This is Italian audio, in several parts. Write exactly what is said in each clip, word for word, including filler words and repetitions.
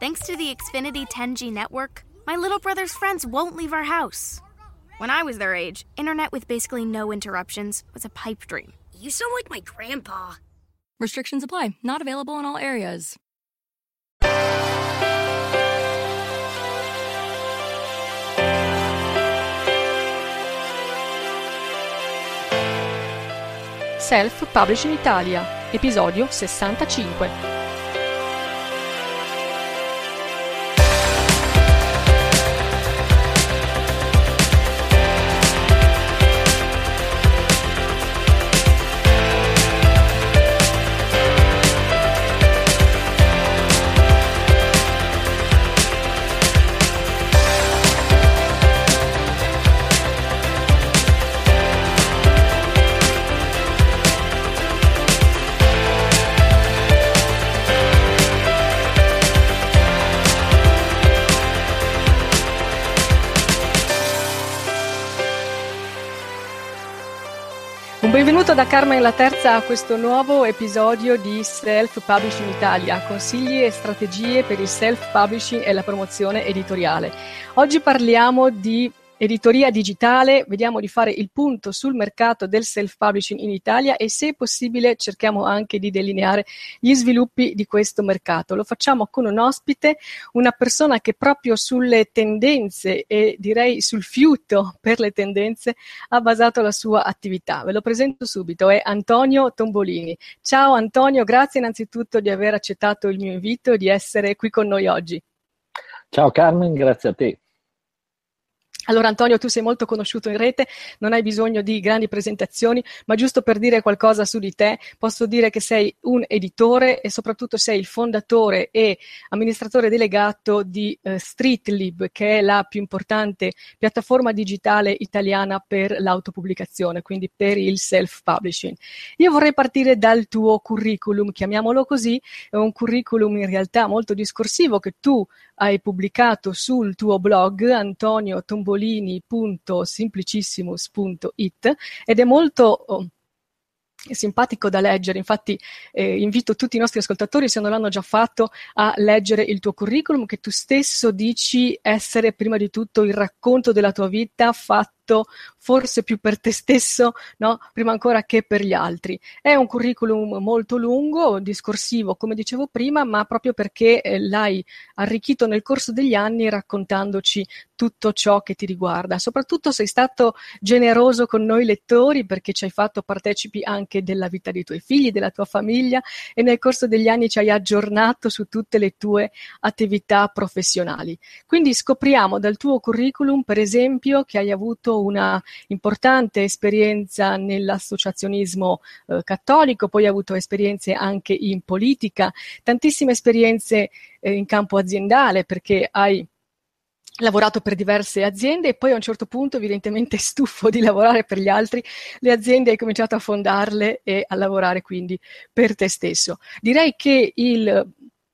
Thanks to the Xfinity ten G network, my little brother's friends won't leave our house. When I was their age, internet with basically no interruptions was a pipe dream. You sound like my grandpa. Restrictions apply. Not available in all areas. Self-Publishing Italia, episodio sessantacinque. Benvenuto da Carmen La Terza a questo nuovo episodio di Self-Publishing Italia, consigli e strategie per il self-publishing e la promozione editoriale. Oggi parliamo di editoria digitale, vediamo di fare il punto sul mercato del self-publishing in Italia e se possibile cerchiamo anche di delineare gli sviluppi di questo mercato. Lo facciamo con un ospite, una persona che proprio sulle tendenze e direi sul fiuto per le tendenze ha basato la sua attività. Ve lo presento subito, è Antonio Tombolini. Ciao Antonio, grazie innanzitutto di aver accettato il mio invito e di essere qui con noi oggi. Ciao Carmen, grazie a te. Allora Antonio, tu sei molto conosciuto in rete, non hai bisogno di grandi presentazioni, ma giusto per dire qualcosa su di te, posso dire che sei un editore e soprattutto sei il fondatore e amministratore delegato di eh, Streetlib, che è la più importante piattaforma digitale italiana per l'autopubblicazione, quindi per il self-publishing. Io vorrei partire dal tuo curriculum, chiamiamolo così, è un curriculum in realtà molto discorsivo che tu hai pubblicato sul tuo blog antonio tombolini punto simplicissimus punto it ed è molto oh, simpatico da leggere, infatti eh, invito tutti i nostri ascoltatori, se non l'hanno già fatto, a leggere il tuo curriculum, che tu stesso dici essere prima di tutto il racconto della tua vita fatto forse più per te stesso, no? Prima ancora che per gli altri. È un curriculum molto lungo, discorsivo, come dicevo prima, ma proprio perché eh, l'hai arricchito nel corso degli anni raccontandoci tutto ciò che ti riguarda. Soprattutto sei stato generoso con noi lettori perché ci hai fatto partecipi anche della vita dei tuoi figli, della tua famiglia e nel corso degli anni ci hai aggiornato su tutte le tue attività professionali. Quindi scopriamo dal tuo curriculum, per esempio, che hai avuto una importante esperienza nell'associazionismo eh, cattolico, poi hai avuto esperienze anche in politica, tantissime esperienze eh, in campo aziendale perché hai lavorato per diverse aziende e poi a un certo punto, evidentemente stufo di lavorare per gli altri, le aziende hai cominciato a fondarle e a lavorare quindi per te stesso. Direi che il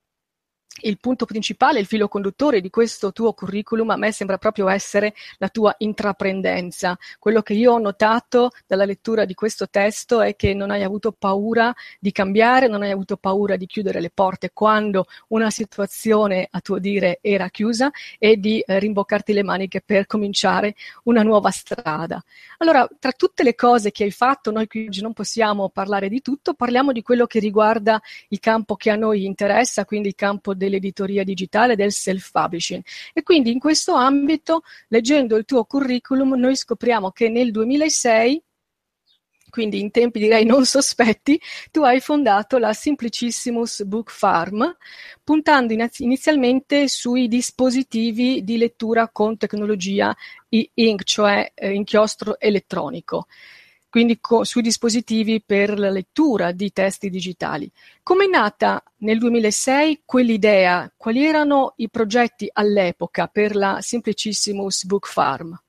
Il punto principale, il filo conduttore di questo tuo curriculum a me sembra proprio essere la tua intraprendenza. Quello che io ho notato dalla lettura di questo testo è che non hai avuto paura di cambiare, non hai avuto paura di chiudere le porte quando una situazione, a tuo dire, era chiusa e di eh, rimboccarti le maniche per cominciare una nuova strada. Allora, tra tutte le cose che hai fatto, noi qui oggi non possiamo parlare di tutto, parliamo di quello che riguarda il campo che a noi interessa, quindi il campo del dell'editoria digitale, del self-publishing. E quindi in questo ambito, leggendo il tuo curriculum, noi scopriamo che nel duemilasei, quindi in tempi direi non sospetti, tu hai fondato la Simplicissimus Book Farm, puntando inizialmente sui dispositivi di lettura con tecnologia e-ink, cioè eh, inchiostro elettronico. Quindi co- sui dispositivi per la lettura di testi digitali. Come è nata nel duemilasei quell'idea? Quali erano i progetti all'epoca per la Simplicissimus Book Farm?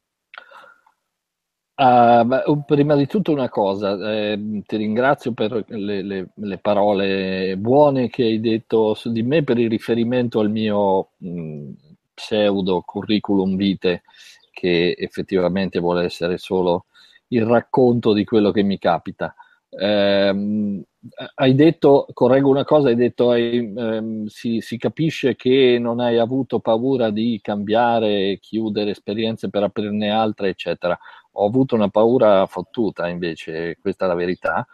Uh, beh, prima di tutto una cosa, eh, ti ringrazio per le, le, le parole buone che hai detto su di me, per il riferimento al mio mh, pseudo curriculum vitae, che effettivamente vuole essere solo il racconto di quello che mi capita. Ehm, hai detto, correggo una cosa, hai detto hai, ehm, si, si capisce che non hai avuto paura di cambiare, chiudere esperienze per aprirne altre, eccetera. Ho avuto una paura fottuta, invece, questa è la verità,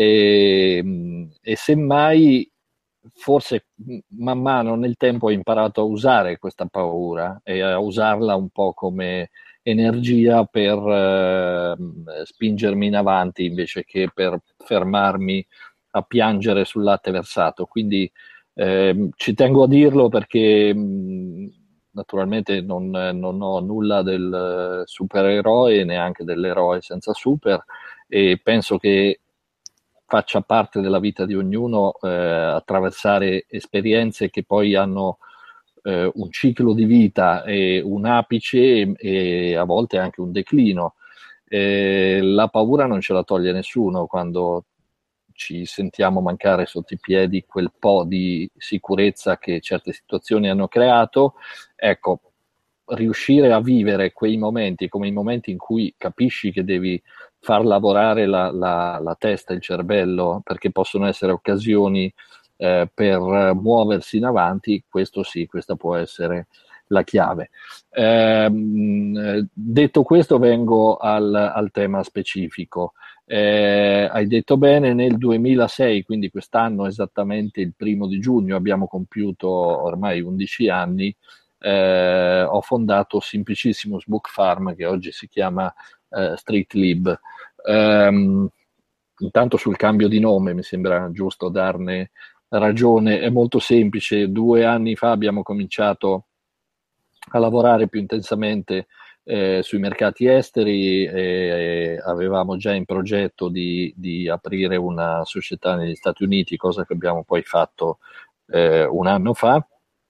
e, e semmai forse man mano nel tempo ho imparato a usare questa paura e a usarla un po' come energia per eh, spingermi in avanti invece che per fermarmi a piangere sul latte versato. Quindi eh, ci tengo a dirlo perché mh, naturalmente non, non ho nulla del supereroe, neanche dell'eroe senza super, e penso che faccia parte della vita di ognuno eh, attraversare esperienze che poi hanno eh, un ciclo di vita e un apice e, e a volte anche un declino. Eh, la paura non ce la toglie nessuno quando ci sentiamo mancare sotto i piedi quel po' di sicurezza che certe situazioni hanno creato. Ecco, riuscire a vivere quei momenti come i momenti in cui capisci che devi far lavorare la, la, la testa, il cervello, perché possono essere occasioni eh, per muoversi in avanti, questo sì, questa può essere la chiave. Eh, detto questo, vengo al, al tema specifico. Eh, hai detto bene, nel duemilasei, quindi quest'anno esattamente il primo di giugno, abbiamo compiuto ormai undici anni, eh, ho fondato Simplicissimus Book Farm, che oggi si chiama eh, StreetLib. Um, intanto sul cambio di nome mi sembra giusto darne ragione, è molto semplice. Due anni fa abbiamo cominciato a lavorare più intensamente eh, sui mercati esteri e, e avevamo già in progetto di, di aprire una società negli Stati Uniti, cosa che abbiamo poi fatto eh, un anno fa,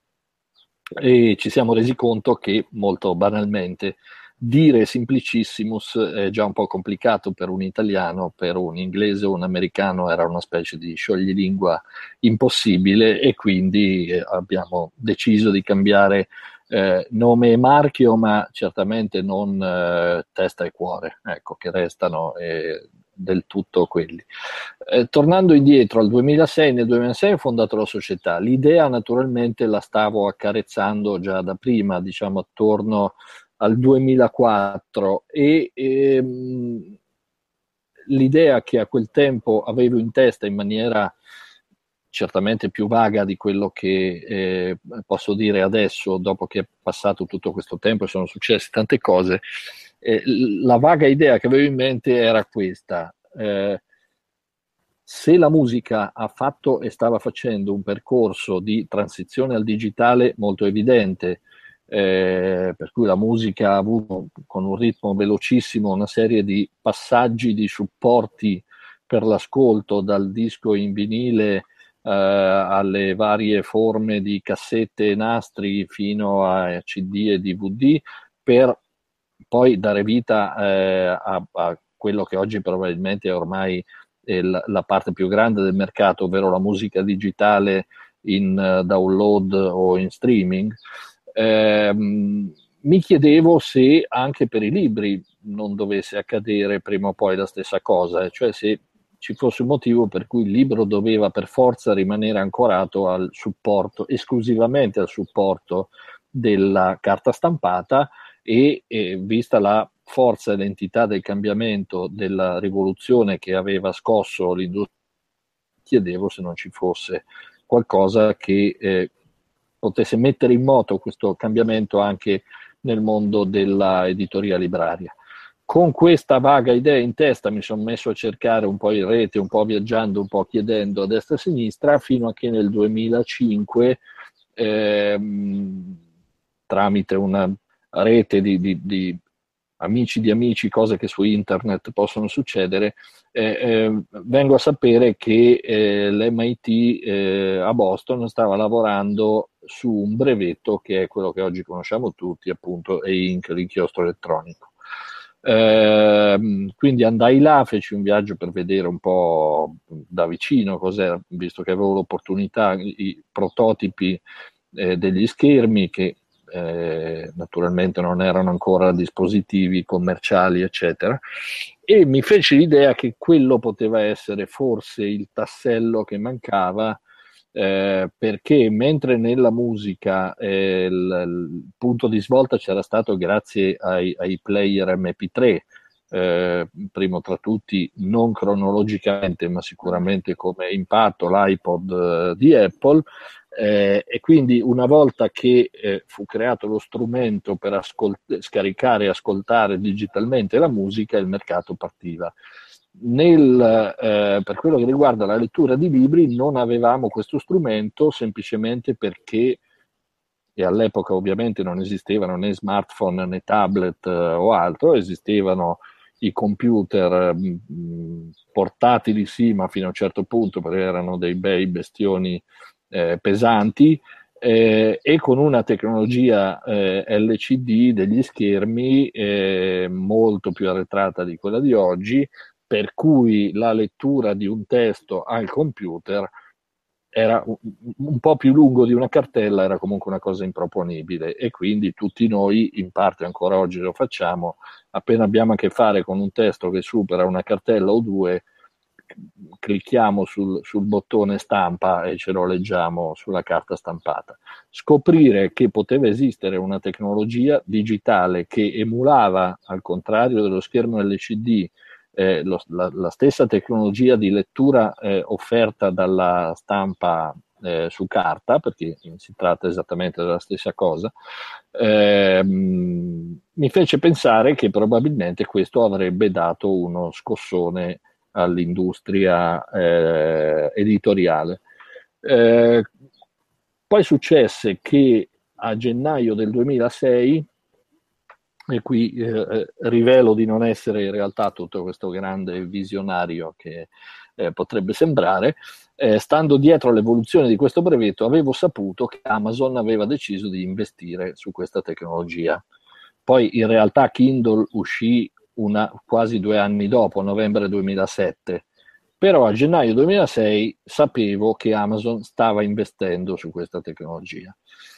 e ci siamo resi conto che molto banalmente dire Simplicissimus è già un po' complicato per un italiano, per un inglese o un americano era una specie di scioglilingua impossibile, e quindi eh, abbiamo deciso di cambiare eh, nome e marchio, ma certamente non eh, testa e cuore, ecco, che restano eh, del tutto quelli. Eh, tornando indietro al duemilasei, nel duemilasei ho fondato la società. L'idea naturalmente la stavo accarezzando già da prima, diciamo attorno al duemilaquattro, e ehm, l'idea che a quel tempo avevo in testa in maniera certamente più vaga di quello che eh, posso dire adesso, dopo che è passato tutto questo tempo e sono successe tante cose, eh, la vaga idea che avevo in mente era questa: eh, se la musica ha fatto e stava facendo un percorso di transizione al digitale molto evidente, eh, per cui la musica ha avuto con un ritmo velocissimo una serie di passaggi di supporti per l'ascolto, dal disco in vinile eh, alle varie forme di cassette e nastri fino a C D e D V D, per poi dare vita eh, a, a quello che oggi probabilmente è ormai la, la parte più grande del mercato, ovvero la musica digitale in uh, download o in streaming. Eh, mi chiedevo se anche per i libri non dovesse accadere prima o poi la stessa cosa, cioè se ci fosse un motivo per cui il libro doveva per forza rimanere ancorato al supporto, esclusivamente al supporto della carta stampata, e, e vista la forza e l'entità del cambiamento, della rivoluzione che aveva scosso l'industria, chiedevo se non ci fosse qualcosa che eh, potesse mettere in moto questo cambiamento anche nel mondo della editoria libraria. Con questa vaga idea in testa mi sono messo a cercare un po' in rete, un po' viaggiando, un po' chiedendo a destra e a sinistra, fino a che nel duemilacinque, ehm, tramite una rete di, di, di amici di amici, cose che su internet possono succedere, eh, eh, vengo a sapere che eh, l'M I T eh, a Boston stava lavorando su un brevetto che è quello che oggi conosciamo tutti, appunto E-Ink, l'inchiostro elettronico. Eh, quindi andai là, feci un viaggio per vedere un po' da vicino cos'era, visto che avevo l'opportunità, i prototipi eh, degli schermi che eh, naturalmente non erano ancora dispositivi commerciali, eccetera, e mi feci l'idea che quello poteva essere forse il tassello che mancava, eh, perché mentre nella musica eh, il, il punto di svolta c'era stato grazie ai, ai player M P tre, eh, primo tra tutti, non cronologicamente ma sicuramente come impatto, l'iPod eh, di Apple, eh, e quindi una volta che eh, fu creato lo strumento per ascolt- scaricare e ascoltare digitalmente la musica, il mercato partiva. Nel, eh, per quello che riguarda la lettura di libri non avevamo questo strumento semplicemente perché, e all'epoca ovviamente non esistevano né smartphone né tablet eh, o altro, esistevano i computer mh, portatili sì, ma fino a un certo punto, perché erano dei bei bestioni eh, pesanti, eh, e con una tecnologia eh, L C D degli schermi eh, molto più arretrata di quella di oggi, per cui la lettura di un testo al computer era un, un po' più lungo di una cartella, era comunque una cosa improponibile, e quindi tutti noi, in parte ancora oggi lo facciamo, appena abbiamo a che fare con un testo che supera una cartella o due, clicchiamo sul, sul bottone stampa e ce lo leggiamo sulla carta stampata. Scoprire che poteva esistere una tecnologia digitale che emulava, al contrario dello schermo L C D, Eh, lo, la, la stessa tecnologia di lettura eh, offerta dalla stampa eh, su carta, perché si tratta esattamente della stessa cosa, eh, mi fece pensare che probabilmente questo avrebbe dato uno scossone all'industria eh, editoriale. Eh, poi successe che a gennaio del duemilasei, e qui eh, rivelo di non essere in realtà tutto questo grande visionario che eh, potrebbe sembrare, eh, stando dietro all'evoluzione di questo brevetto avevo saputo che Amazon aveva deciso di investire su questa tecnologia. Poi in realtà Kindle uscì una, quasi due anni dopo, novembre duemilasette, però a gennaio duemilasei sapevo che Amazon stava investendo su questa tecnologia.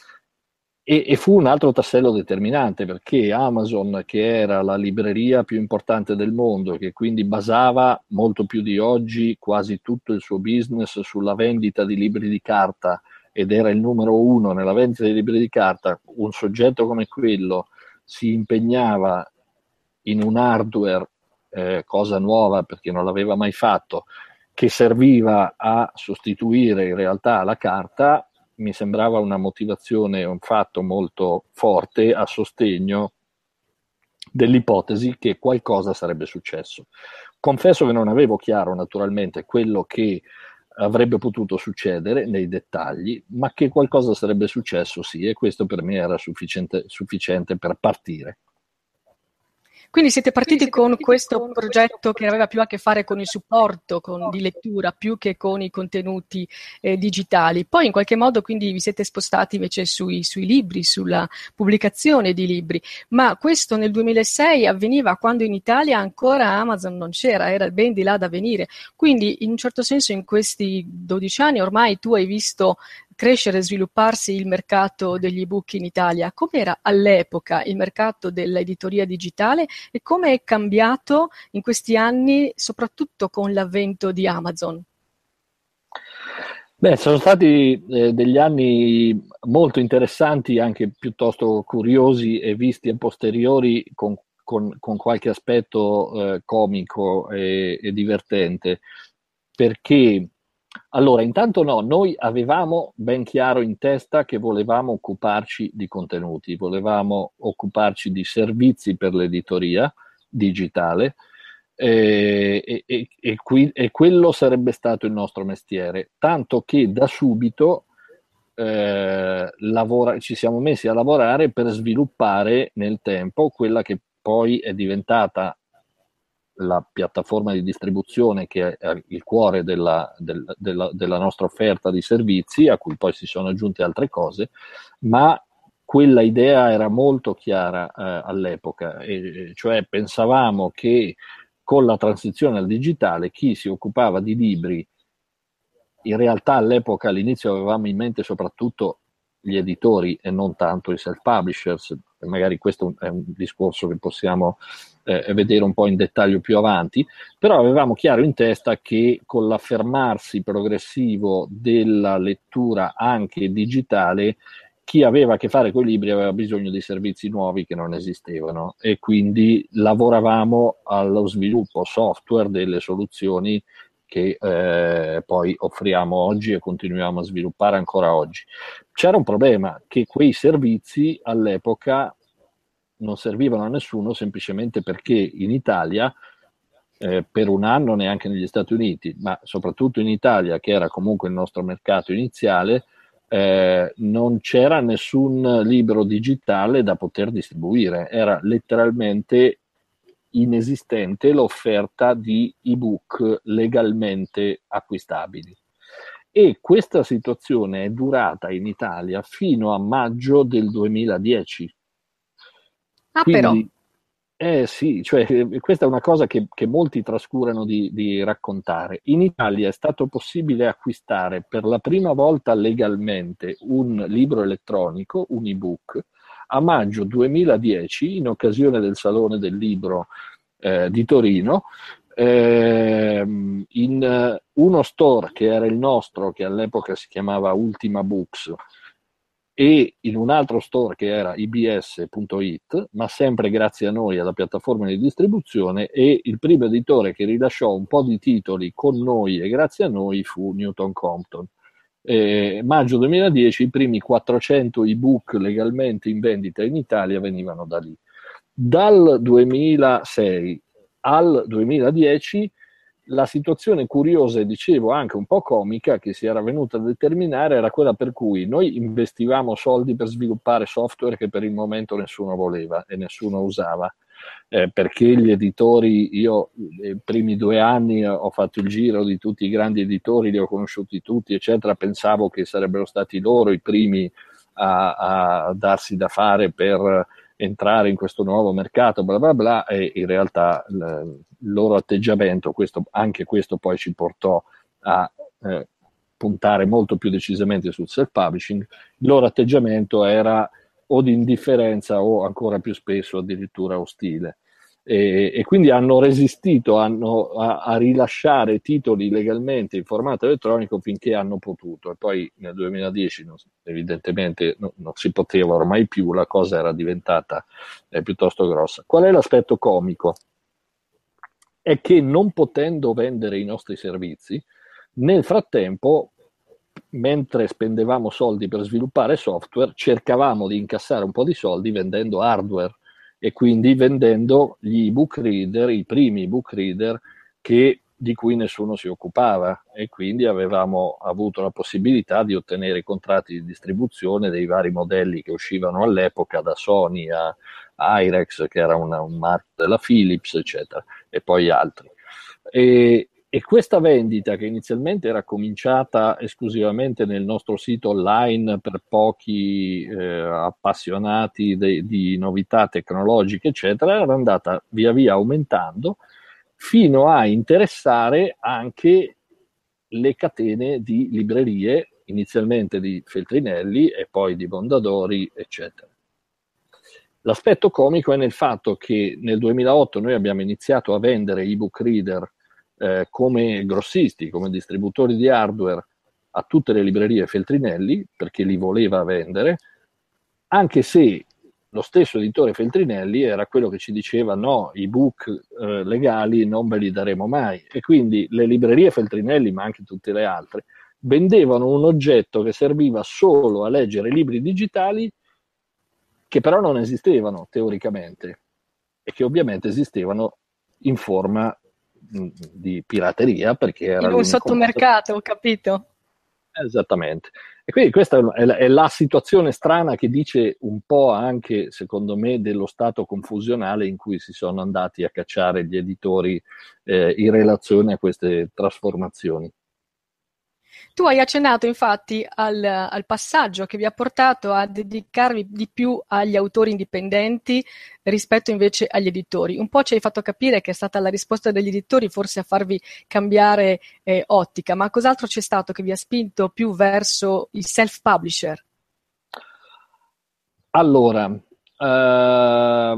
E, e fu un altro tassello determinante, perché Amazon, che era la libreria più importante del mondo, che quindi basava molto più di oggi quasi tutto il suo business sulla vendita di libri di carta, ed era il numero uno nella vendita di libri di carta, un soggetto come quello si impegnava in un hardware, eh, cosa nuova perché non l'aveva mai fatto, che serviva a sostituire in realtà la carta. Mi sembrava una motivazione, un fatto molto forte a sostegno dell'ipotesi che qualcosa sarebbe successo. Confesso che non avevo chiaro naturalmente quello che avrebbe potuto succedere nei dettagli, ma che qualcosa sarebbe successo sì, e questo per me era sufficiente, sufficiente per partire. Quindi siete partiti con questo progetto che aveva più a che fare con il supporto con, di lettura, più che con i contenuti eh, digitali. Poi in qualche modo quindi vi siete spostati invece sui, sui libri, sulla pubblicazione di libri. Ma questo nel duemilasei avveniva quando in Italia ancora Amazon non c'era, era ben di là da venire. Quindi in un certo senso in questi dodici anni ormai tu hai visto crescere e svilupparsi il mercato degli ebook in Italia. Com'era all'epoca il mercato dell'editoria digitale e come è cambiato in questi anni, soprattutto con l'avvento di Amazon? Beh, sono stati eh, degli anni molto interessanti, anche piuttosto curiosi e visti a posteriori con, con, con qualche aspetto eh, comico e, e divertente, perché allora, intanto no, noi avevamo ben chiaro in testa che volevamo occuparci di contenuti, volevamo occuparci di servizi per l'editoria digitale, e, e, e, e, qui, e quello sarebbe stato il nostro mestiere, tanto che da subito eh, lavora, ci siamo messi a lavorare per sviluppare nel tempo quella che poi è diventata la piattaforma di distribuzione, che è il cuore della, del, della, della nostra offerta di servizi, a cui poi si sono aggiunte altre cose, ma quella idea era molto chiara eh, all'epoca, e cioè pensavamo che con la transizione al digitale chi si occupava di libri, in realtà all'epoca all'inizio avevamo in mente soprattutto gli editori e non tanto i self-publishers. Magari questo è un discorso che possiamo eh, vedere un po' in dettaglio più avanti, però avevamo chiaro in testa che con l'affermarsi progressivo della lettura anche digitale, chi aveva a che fare con i libri aveva bisogno di servizi nuovi che non esistevano, e quindi lavoravamo allo sviluppo software delle soluzioni che eh, poi offriamo oggi e continuiamo a sviluppare ancora oggi. C'era un problema, che quei servizi all'epoca non servivano a nessuno, semplicemente perché in Italia eh, per un anno, neanche negli Stati Uniti, ma soprattutto in Italia, che era comunque il nostro mercato iniziale, Eh, non c'era nessun libro digitale da poter distribuire, era letteralmente inesistente l'offerta di ebook legalmente acquistabili, e questa situazione è durata in Italia fino a maggio del duemiladieci. Ah, Quindi, però. Eh sì, cioè, questa è una cosa che, che molti trascurano di, di raccontare. In Italia è stato possibile acquistare per la prima volta legalmente un libro elettronico, un ebook, a maggio duemiladieci, in occasione del Salone del Libro eh, di Torino, eh, in uno store che era il nostro, che all'epoca si chiamava Ultima Books, e in un altro store che era i b s punto i t, ma sempre grazie a noi, alla piattaforma di distribuzione, e il primo editore che rilasciò un po' di titoli con noi e grazie a noi fu Newton Compton. Eh, maggio duemiladieci i primi quattrocento ebook legalmente in vendita in Italia venivano da lì. Dal duemilasei al duemiladieci la situazione curiosa, e dicevo anche un po' comica, che si era venuta a determinare era quella per cui noi investivamo soldi per sviluppare software che per il momento nessuno voleva e nessuno usava, eh, perché gli editori, io nei primi due anni ho fatto il giro di tutti i grandi editori, li ho conosciuti tutti eccetera, pensavo che sarebbero stati loro i primi a, a darsi da fare per entrare in questo nuovo mercato, bla bla bla, e in realtà il loro atteggiamento, questo, anche questo poi ci portò a eh, puntare molto più decisamente sul self-publishing, il loro atteggiamento era o di indifferenza o ancora più spesso addirittura ostile. E, e quindi hanno resistito hanno, a, a rilasciare titoli legalmente in formato elettronico finché hanno potuto, e poi nel duemiladieci non, evidentemente no, non si poteva ormai più, la cosa era diventata eh, piuttosto grossa. Qual è l'aspetto comico? È che non potendo vendere i nostri servizi, nel frattempo, mentre spendevamo soldi per sviluppare software, cercavamo di incassare un po' di soldi vendendo hardware, e quindi vendendo gli ebook reader, i primi ebook reader che, di cui nessuno si occupava, e quindi avevamo avuto la possibilità di ottenere i contratti di distribuzione dei vari modelli che uscivano all'epoca, da Sony a, a Irex, che era una, un marchio della Philips, eccetera, e poi altri. E, E questa vendita, che inizialmente era cominciata esclusivamente nel nostro sito online per pochi eh, appassionati de- di novità tecnologiche, eccetera, era andata via via aumentando fino a interessare anche le catene di librerie, inizialmente di Feltrinelli e poi di Mondadori, eccetera. L'aspetto comico è nel fatto che nel duemilaotto noi abbiamo iniziato a vendere ebook reader Eh, come grossisti, come distributori di hardware a tutte le librerie Feltrinelli, perché li voleva vendere, anche se lo stesso editore Feltrinelli era quello che ci diceva no, i book eh, legali non ve li daremo mai, e quindi le librerie Feltrinelli, ma anche tutte le altre, vendevano un oggetto che serviva solo a leggere libri digitali, che però non esistevano teoricamente e che ovviamente esistevano in forma di pirateria, perché era in un sottomercato, ho capito. Esattamente. E quindi questa è la, è la situazione strana che dice un po' anche, secondo me, dello stato confusionale in cui si sono andati a cacciare gli editori eh, in relazione a queste trasformazioni. Tu hai accennato infatti al, al passaggio che vi ha portato a dedicarvi di più agli autori indipendenti rispetto invece agli editori. Un po' ci hai fatto capire che è stata la risposta degli editori forse a farvi cambiare eh, ottica, ma cos'altro c'è stato che vi ha spinto più verso il self-publisher? Allora, eh,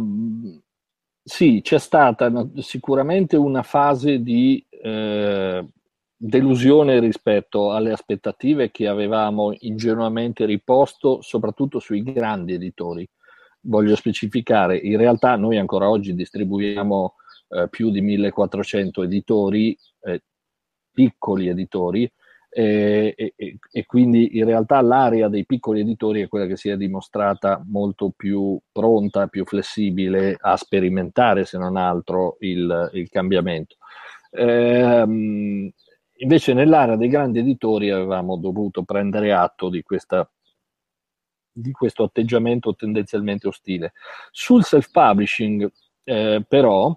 sì, c'è stata no, sicuramente una fase di eh, delusione rispetto alle aspettative che avevamo ingenuamente riposto, soprattutto sui grandi editori. Voglio specificare, in realtà noi ancora oggi distribuiamo eh, più di millequattrocento editori, eh, piccoli editori, e, e, e quindi in realtà l'area dei piccoli editori è quella che si è dimostrata molto più pronta, più flessibile a sperimentare, se non altro, il, il cambiamento. Ehm, invece nell'area dei grandi editori avevamo dovuto prendere atto di questa di questo atteggiamento tendenzialmente ostile. Sul self-publishing, eh, però,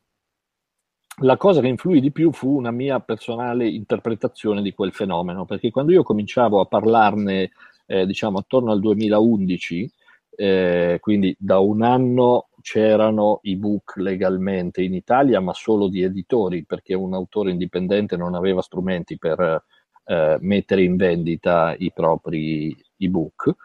la cosa che influì di più fu una mia personale interpretazione di quel fenomeno, perché quando io cominciavo a parlarne, eh, diciamo, attorno al duemilaundici, eh, quindi da un anno c'erano ebook legalmente in Italia, ma solo di editori, perché un autore indipendente non aveva strumenti per eh, mettere in vendita i propri ebook.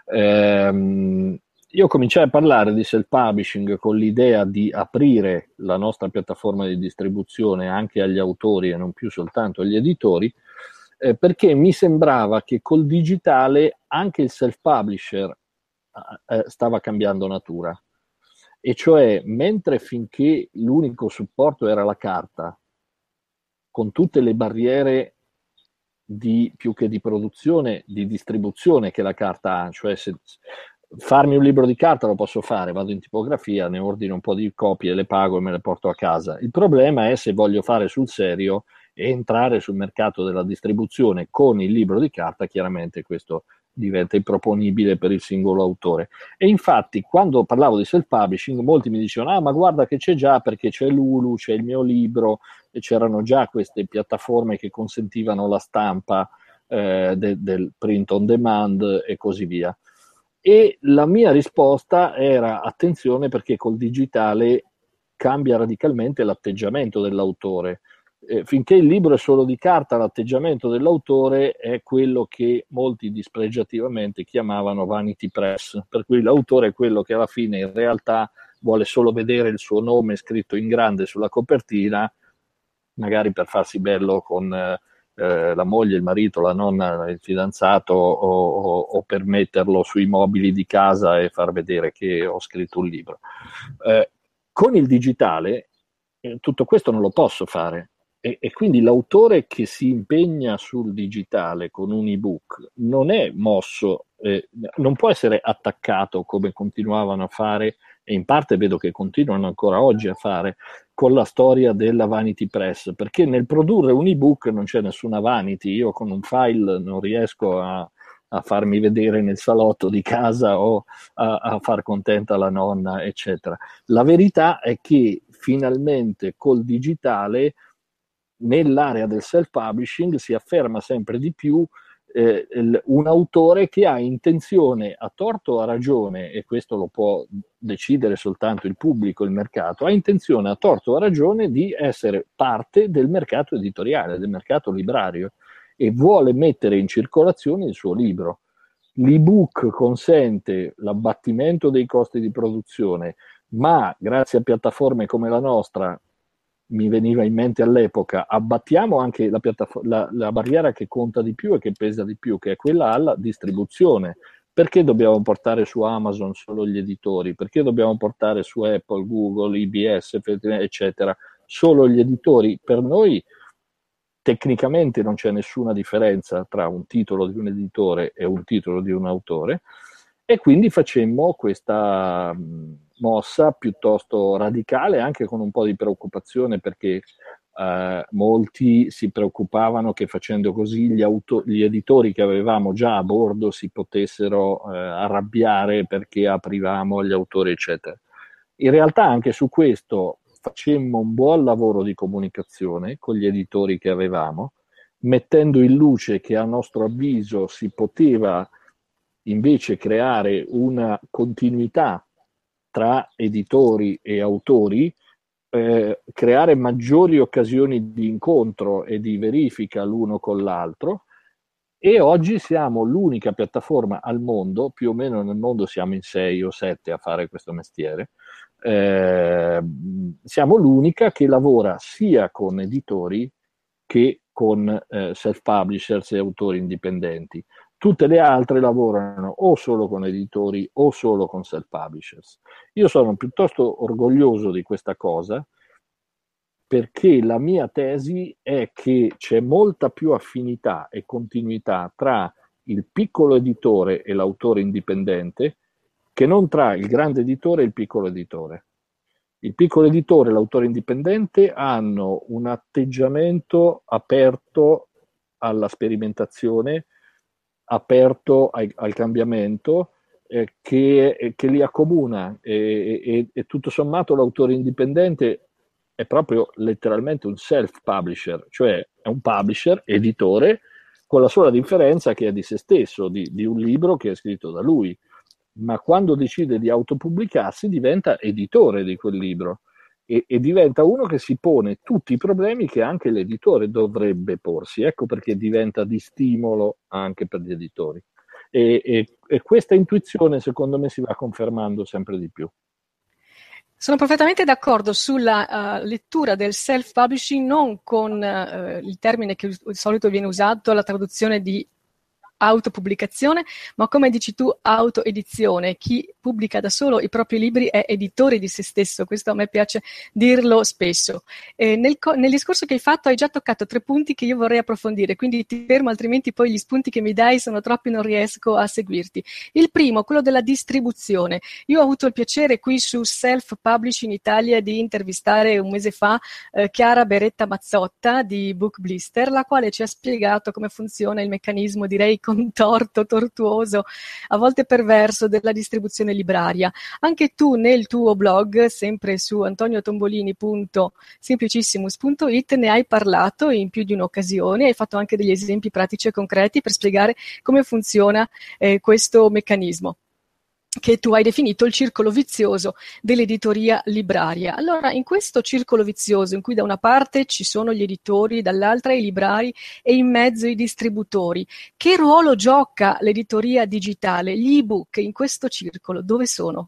Ehm, io cominciai a parlare di self-publishing con l'idea di aprire la nostra piattaforma di distribuzione anche agli autori e non più soltanto agli editori, eh, perché mi sembrava che col digitale anche il self-publisher eh, stava cambiando natura. E cioè, mentre finché l'unico supporto era la carta, con tutte le barriere di, più che di produzione, di distribuzione che la carta ha, cioè se farmi un libro di carta lo posso fare, vado in tipografia, ne ordino un po' di copie, le pago e me le porto a casa. Il problema è se voglio fare sul serio e entrare sul mercato della distribuzione con il libro di carta, chiaramente questo diventa improponibile per il singolo autore. E infatti quando parlavo di self-publishing molti mi dicevano: ah, ma guarda che c'è già, perché c'è Lulu, c'è il mio libro, e c'erano già queste piattaforme che consentivano la stampa eh, de- del print on demand e così via. E la mia risposta era: attenzione, perché col digitale cambia radicalmente l'atteggiamento dell'autore. Eh, finché il libro è solo di carta, l'atteggiamento dell'autore è quello che molti dispregiativamente chiamavano vanity press, per cui l'autore è quello che alla fine in realtà vuole solo vedere il suo nome scritto in grande sulla copertina, magari per farsi bello con eh, la moglie, il marito, la nonna, il fidanzato, o, o, o per metterlo sui mobili di casa e far vedere che ho scritto un libro. Eh, con il digitale eh, tutto questo non lo posso fare. E, e quindi l'autore che si impegna sul digitale con un ebook non è mosso, eh, non può essere attaccato come continuavano a fare, e in parte vedo che continuano ancora oggi a fare, con la storia della vanity press, perché nel produrre un ebook non c'è nessuna vanity. Io con un file non riesco a, a farmi vedere nel salotto di casa o a, a far contenta la nonna, eccetera. La verità è che finalmente col digitale nell'area del self-publishing si afferma sempre di più eh, un autore che ha intenzione, a torto o a ragione, e questo lo può decidere soltanto il pubblico, il mercato, ha intenzione, a torto o a ragione, di essere parte del mercato editoriale, del mercato librario, e vuole mettere in circolazione il suo libro. L'ebook consente l'abbattimento dei costi di produzione, ma grazie a piattaforme come la nostra, mi veniva in mente all'epoca, abbattiamo anche la, la, la barriera che conta di più e che pesa di più, che è quella alla distribuzione. Perché dobbiamo portare su Amazon solo gli editori? Perché dobbiamo portare su Apple, Google, I B S, eccetera, solo gli editori? Per noi tecnicamente non c'è nessuna differenza tra un titolo di un editore e un titolo di un autore, e quindi facemmo questa mossa piuttosto radicale, anche con un po' di preoccupazione, perché eh, molti si preoccupavano che facendo così gli, auto- gli editori che avevamo già a bordo si potessero eh, arrabbiare perché aprivamo gli autori, eccetera. In realtà anche su questo facemmo un buon lavoro di comunicazione con gli editori che avevamo, mettendo in luce che a nostro avviso si poteva invece creare una continuità tra editori e autori, eh, creare maggiori occasioni di incontro e di verifica l'uno con l'altro, e oggi siamo l'unica piattaforma al mondo, più o meno nel mondo siamo in sei o sette a fare questo mestiere, eh, siamo l'unica che lavora sia con editori che con eh, self-publishers e autori indipendenti. Tutte le altre lavorano o solo con editori o solo con self-publishers. Io sono piuttosto orgoglioso di questa cosa, perché la mia tesi è che c'è molta più affinità e continuità tra il piccolo editore e l'autore indipendente che non tra il grande editore e il piccolo editore. Il piccolo editore e l'autore indipendente hanno un atteggiamento aperto alla sperimentazione, aperto ai, al cambiamento, eh, che, che li accomuna, e, e, e tutto sommato l'autore indipendente è proprio letteralmente un self-publisher, cioè è un publisher, editore, con la sola differenza che è di se stesso, di, di un libro che è scritto da lui, ma quando decide di autopubblicarsi diventa editore di quel libro e, e diventa uno che si pone tutti i problemi che anche l'editore dovrebbe porsi. Ecco perché diventa di stimolo anche per gli editori. E, e, e questa intuizione secondo me si va confermando sempre di più. Sono perfettamente d'accordo sulla uh, lettura del self-publishing, non con uh, il termine che di solito viene usato, la traduzione di autopubblicazione, ma come dici tu, autoedizione. Chi pubblica da solo i propri libri è editore di se stesso, questo a me piace dirlo spesso. E nel, nel discorso che hai fatto hai già toccato tre punti che io vorrei approfondire, quindi ti fermo, altrimenti poi gli spunti che mi dai sono troppi e non riesco a seguirti. Il primo, quello della distribuzione. Io ho avuto il piacere qui su Self Publishing Italia di intervistare un mese fa eh, Chiara Beretta Mazzotta di Book Blister, la quale ci ha spiegato come funziona il meccanismo, direi contorto, tortuoso, a volte perverso, della distribuzione libraria. Anche tu nel tuo blog, sempre su antoniotombolini punto simplicissimus punto it, ne hai parlato in più di un'occasione, hai fatto anche degli esempi pratici e concreti per spiegare come funziona eh, questo meccanismo, che tu hai definito il circolo vizioso dell'editoria libraria. Allora, in questo circolo vizioso, in cui da una parte ci sono gli editori, dall'altra i librari e in mezzo i distributori, che ruolo gioca l'editoria digitale, gli ebook in questo circolo? Dove sono?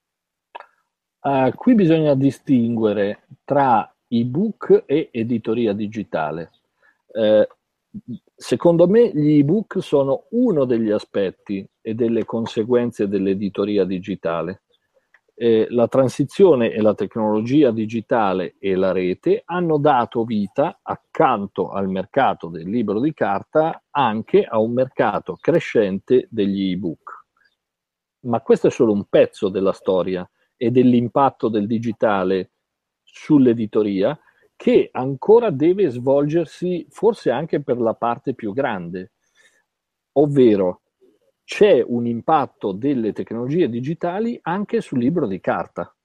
Uh, qui bisogna distinguere tra ebook e editoria digitale. Uh, Secondo me gli ebook sono uno degli aspetti e delle conseguenze dell'editoria digitale. Eh, la transizione e la tecnologia digitale e la rete hanno dato vita, accanto al mercato del libro di carta, anche a un mercato crescente degli ebook. Ma questo è solo un pezzo della storia e dell'impatto del digitale sull'editoria, che ancora deve svolgersi forse anche per la parte più grande, ovvero c'è un impatto delle tecnologie digitali anche sul libro di carta.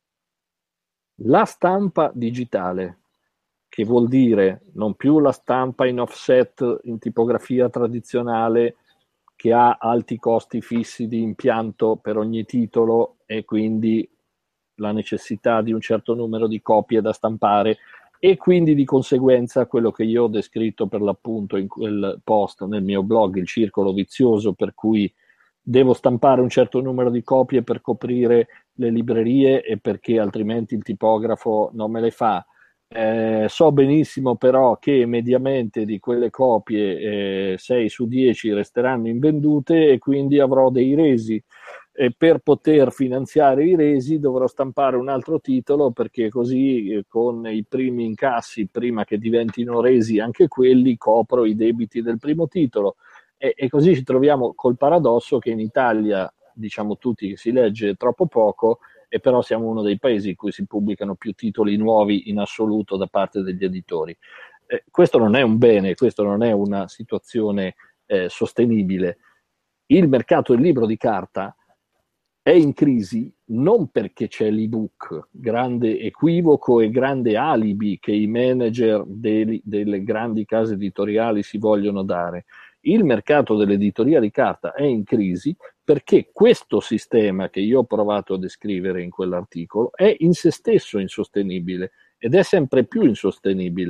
La stampa digitale, che vuol dire non più la stampa in offset in tipografia tradizionale che ha alti costi fissi di impianto per ogni titolo e quindi la necessità di un certo numero di copie da stampare, e quindi di conseguenza quello che io ho descritto per l'appunto in quel post nel mio blog, il circolo vizioso, per cui devo stampare un certo numero di copie per coprire le librerie e perché altrimenti il tipografo non me le fa. Eh, so benissimo però che mediamente di quelle copie eh, sei su dieci resteranno invendute e quindi avrò dei resi. E per poter finanziare i resi dovrò stampare un altro titolo, perché così eh, con i primi incassi, prima che diventino resi anche quelli, copro i debiti del primo titolo. E, e così ci troviamo col paradosso che in Italia diciamo tutti che si legge troppo poco, e però siamo uno dei paesi in cui si pubblicano più titoli nuovi in assoluto da parte degli editori. Eh, questo non è un bene, questo non è una situazione eh, sostenibile. Il mercato del libro di carta è in crisi non perché c'è l'ebook, grande equivoco e grande alibi che i manager dei, delle grandi case editoriali si vogliono dare. Il mercato dell'editoria di carta è in crisi perché questo sistema che io ho provato a descrivere in quell'articolo è in se stesso insostenibile ed è sempre più insostenibile,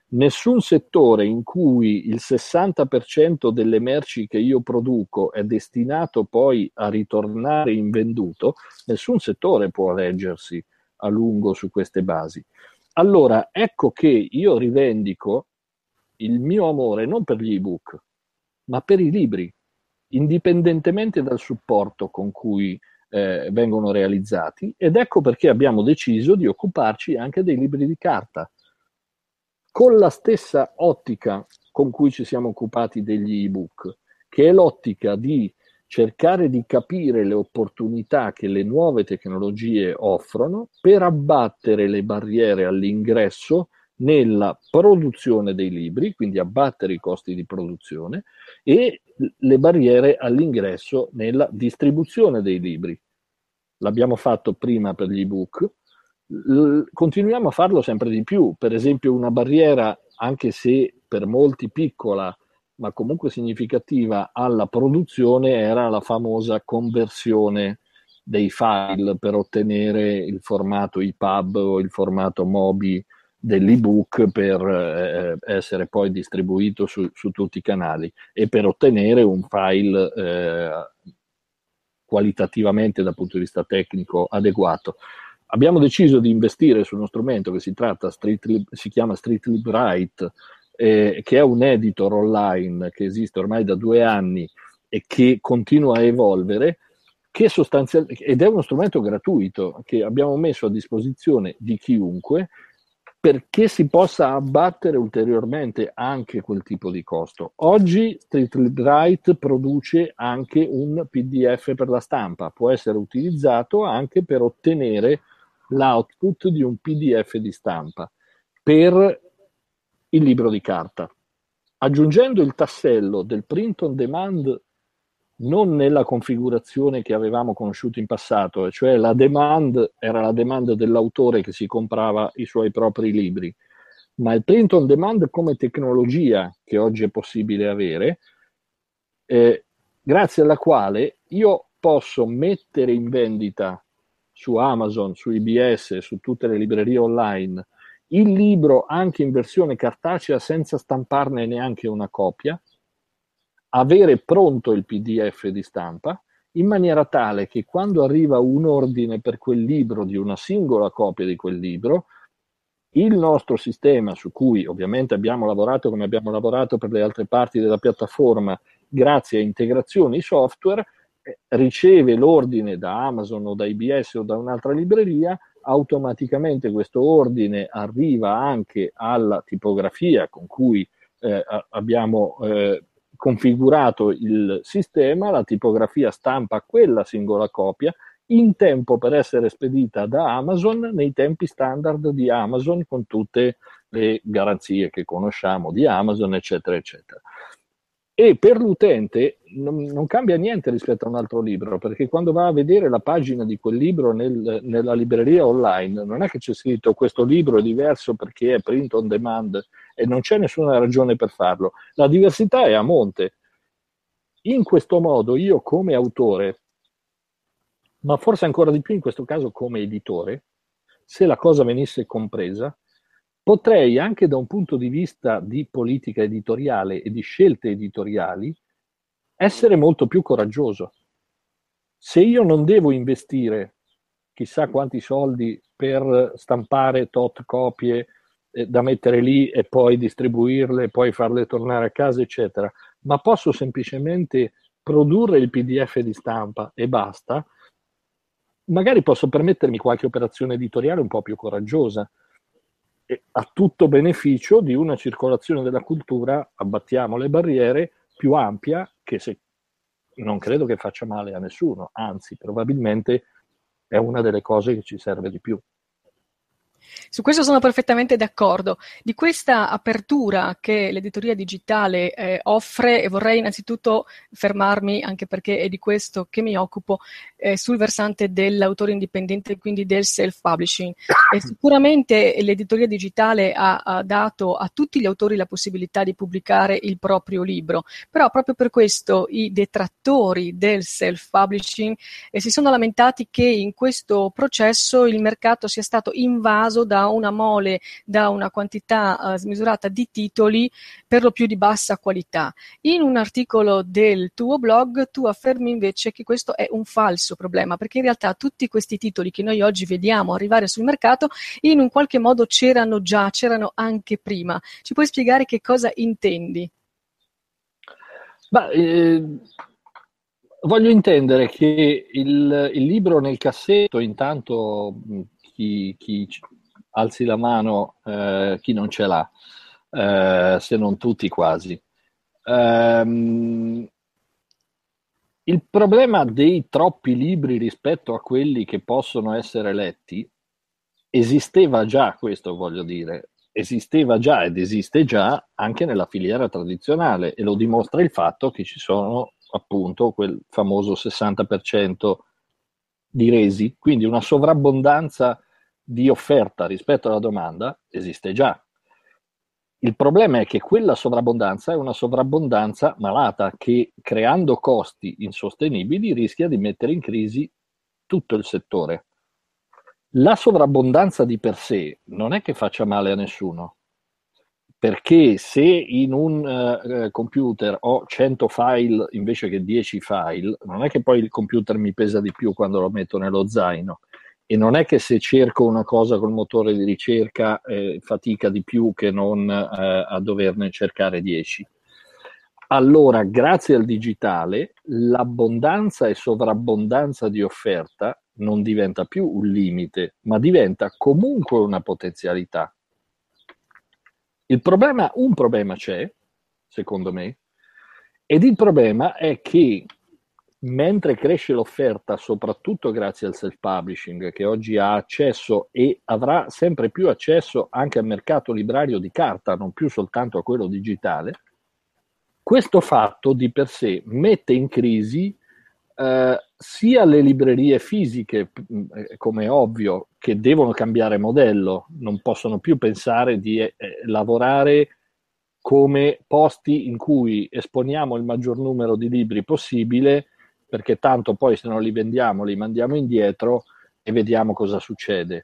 nessun settore in cui il sessanta per cento delle merci che io produco è destinato poi a ritornare invenduto, nessun settore può reggersi a lungo su queste basi. Allora, ecco che io rivendico il mio amore non per gli ebook, ma per i libri, indipendentemente dal supporto con cui eh, vengono realizzati, ed ecco perché abbiamo deciso di occuparci anche dei libri di carta, con la stessa ottica con cui ci siamo occupati degli ebook, che è l'ottica di cercare di capire le opportunità che le nuove tecnologie offrono per abbattere le barriere all'ingresso nella produzione dei libri, quindi abbattere i costi di produzione, e le barriere all'ingresso nella distribuzione dei libri. L'abbiamo fatto prima per gli ebook, l- continuiamo a farlo sempre di più. Per esempio, una barriera, anche se per molti piccola, ma comunque significativa, alla produzione era la famosa conversione dei file per ottenere il formato E P U B o il formato MOBI dell'ebook per eh, essere poi distribuito su, su tutti i canali e per ottenere un file eh, qualitativamente dal punto di vista tecnico adeguato. Abbiamo deciso di investire su uno strumento che si, tratta, Streetlib, si chiama StreetLibWrite, eh, che è un editor online che esiste ormai da due anni e che continua a evolvere, che sostanzialmente, ed è uno strumento gratuito che abbiamo messo a disposizione di chiunque, perché si possa abbattere ulteriormente anche quel tipo di costo. Oggi StreetLibWrite produce anche un P D F per la stampa, può essere utilizzato anche per ottenere l'output di un P D F di stampa per il libro di carta. Aggiungendo il tassello del print on demand non nella configurazione che avevamo conosciuto in passato, cioè la demand era la demand dell'autore che si comprava i suoi propri libri, ma il print on demand come tecnologia che oggi è possibile avere, eh, grazie alla quale io posso mettere in vendita su Amazon, su I B S, su tutte le librerie online, il libro anche in versione cartacea senza stamparne neanche una copia, avere pronto il P D F di stampa, in maniera tale che quando arriva un ordine per quel libro di una singola copia di quel libro, il nostro sistema, su cui ovviamente abbiamo lavorato come abbiamo lavorato per le altre parti della piattaforma, grazie a integrazioni software, eh, riceve l'ordine da Amazon o da I B S o da un'altra libreria, automaticamente questo ordine arriva anche alla tipografia con cui eh, abbiamo eh, configurato il sistema, la tipografia stampa quella singola copia in tempo per essere spedita da Amazon nei tempi standard di Amazon, con tutte le garanzie che conosciamo di Amazon, eccetera, eccetera. E per l'utente non, non cambia niente rispetto a un altro libro, perché quando va a vedere la pagina di quel libro nel, nella libreria online, non è che c'è scritto questo libro è diverso perché è print on demand, e non c'è nessuna ragione per farlo. La diversità è a monte. In questo modo io come autore, ma forse ancora di più in questo caso come editore, se la cosa venisse compresa, potrei anche da un punto di vista di politica editoriale e di scelte editoriali essere molto più coraggioso. Se io non devo investire chissà quanti soldi per stampare tot copie eh, da mettere lì e poi distribuirle, poi farle tornare a casa, eccetera, ma posso semplicemente produrre il P D F di stampa e basta, magari posso permettermi qualche operazione editoriale un po' più coraggiosa, e a tutto beneficio di una circolazione della cultura, abbattiamo le barriere, più ampia, che se, non credo che faccia male a nessuno, anzi probabilmente è una delle cose che ci serve di più. Su questo sono perfettamente d'accordo. Di questa apertura che l'editoria digitale eh, offre, e vorrei innanzitutto fermarmi, anche perché è di questo che mi occupo, eh, sul versante dell'autore indipendente, quindi del self-publishing. E sicuramente l'editoria digitale ha, ha dato a tutti gli autori la possibilità di pubblicare il proprio libro, però proprio per questo i detrattori del self-publishing eh, si sono lamentati che in questo processo il mercato sia stato invaso invaso da una mole, da una quantità uh, smisurata di titoli, per lo più di bassa qualità. In un articolo del tuo blog tu affermi invece che questo è un falso problema, perché in realtà tutti questi titoli che noi oggi vediamo arrivare sul mercato in un qualche modo c'erano già, c'erano anche prima. Ci puoi spiegare che cosa intendi? Ma, eh, voglio intendere che il, il libro nel cassetto, intanto chi, chi alzi la mano, eh, chi non ce l'ha, eh, se non tutti quasi. Um, il problema dei troppi libri rispetto a quelli che possono essere letti esisteva già, questo voglio dire. Esisteva già ed esiste già anche nella filiera tradizionale, e lo dimostra il fatto che ci sono appunto quel famoso sessanta per cento di resi, quindi una sovrabbondanza di offerta rispetto alla domanda esiste già. Il problema è che quella sovrabbondanza è una sovrabbondanza malata che, creando costi insostenibili, rischia di mettere in crisi tutto il settore. La sovrabbondanza di per sé non è che faccia male a nessuno, perché se in un uh, computer ho cento file invece che dieci file, non è che poi il computer mi pesa di più quando lo metto nello zaino, e non è che se cerco una cosa col motore di ricerca eh, fatica di più che non eh, a doverne cercare dieci. Allora, grazie al digitale, l'abbondanza e sovrabbondanza di offerta non diventa più un limite, ma diventa comunque una potenzialità. Il problema, un problema c'è, secondo me, ed il problema è che mentre cresce l'offerta, soprattutto grazie al self-publishing, che oggi ha accesso e avrà sempre più accesso anche al mercato librario di carta, non più soltanto a quello digitale, questo fatto di per sé mette in crisi eh, sia le librerie fisiche, come è ovvio, che devono cambiare modello, non possono più pensare di eh, lavorare come posti in cui esponiamo il maggior numero di libri possibile, perché tanto poi se non li vendiamo li mandiamo indietro e vediamo cosa succede.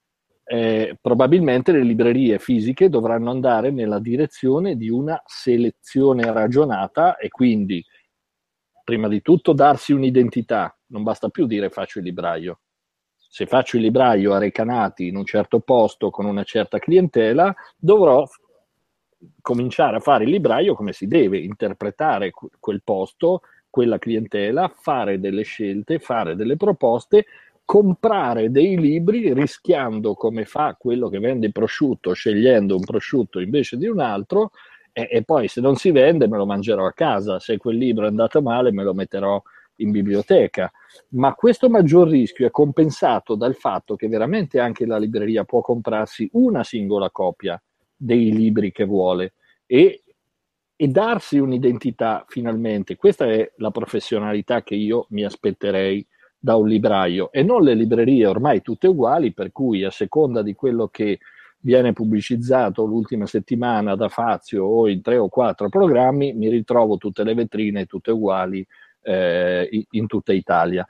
Eh, probabilmente le librerie fisiche dovranno andare nella direzione di una selezione ragionata, e quindi prima di tutto darsi un'identità. Non basta più dire faccio il libraio. Se faccio il libraio a Recanati in un certo posto con una certa clientela, dovrò cominciare a fare il libraio come si deve, interpretare quel posto, quella clientela, fare delle scelte, fare delle proposte, comprare dei libri rischiando, come fa quello che vende il prosciutto, scegliendo un prosciutto invece di un altro, e, e poi se non si vende me lo mangerò a casa, se quel libro è andato male me lo metterò in biblioteca. Ma questo maggior rischio è compensato dal fatto che veramente anche la libreria può comprarsi una singola copia dei libri che vuole e, e darsi un'identità finalmente. Questa è la professionalità che io mi aspetterei da un libraio, e non le librerie ormai tutte uguali, per cui a seconda di quello che viene pubblicizzato l'ultima settimana da Fazio o in tre o quattro programmi mi ritrovo tutte le vetrine tutte uguali eh, in tutta Italia.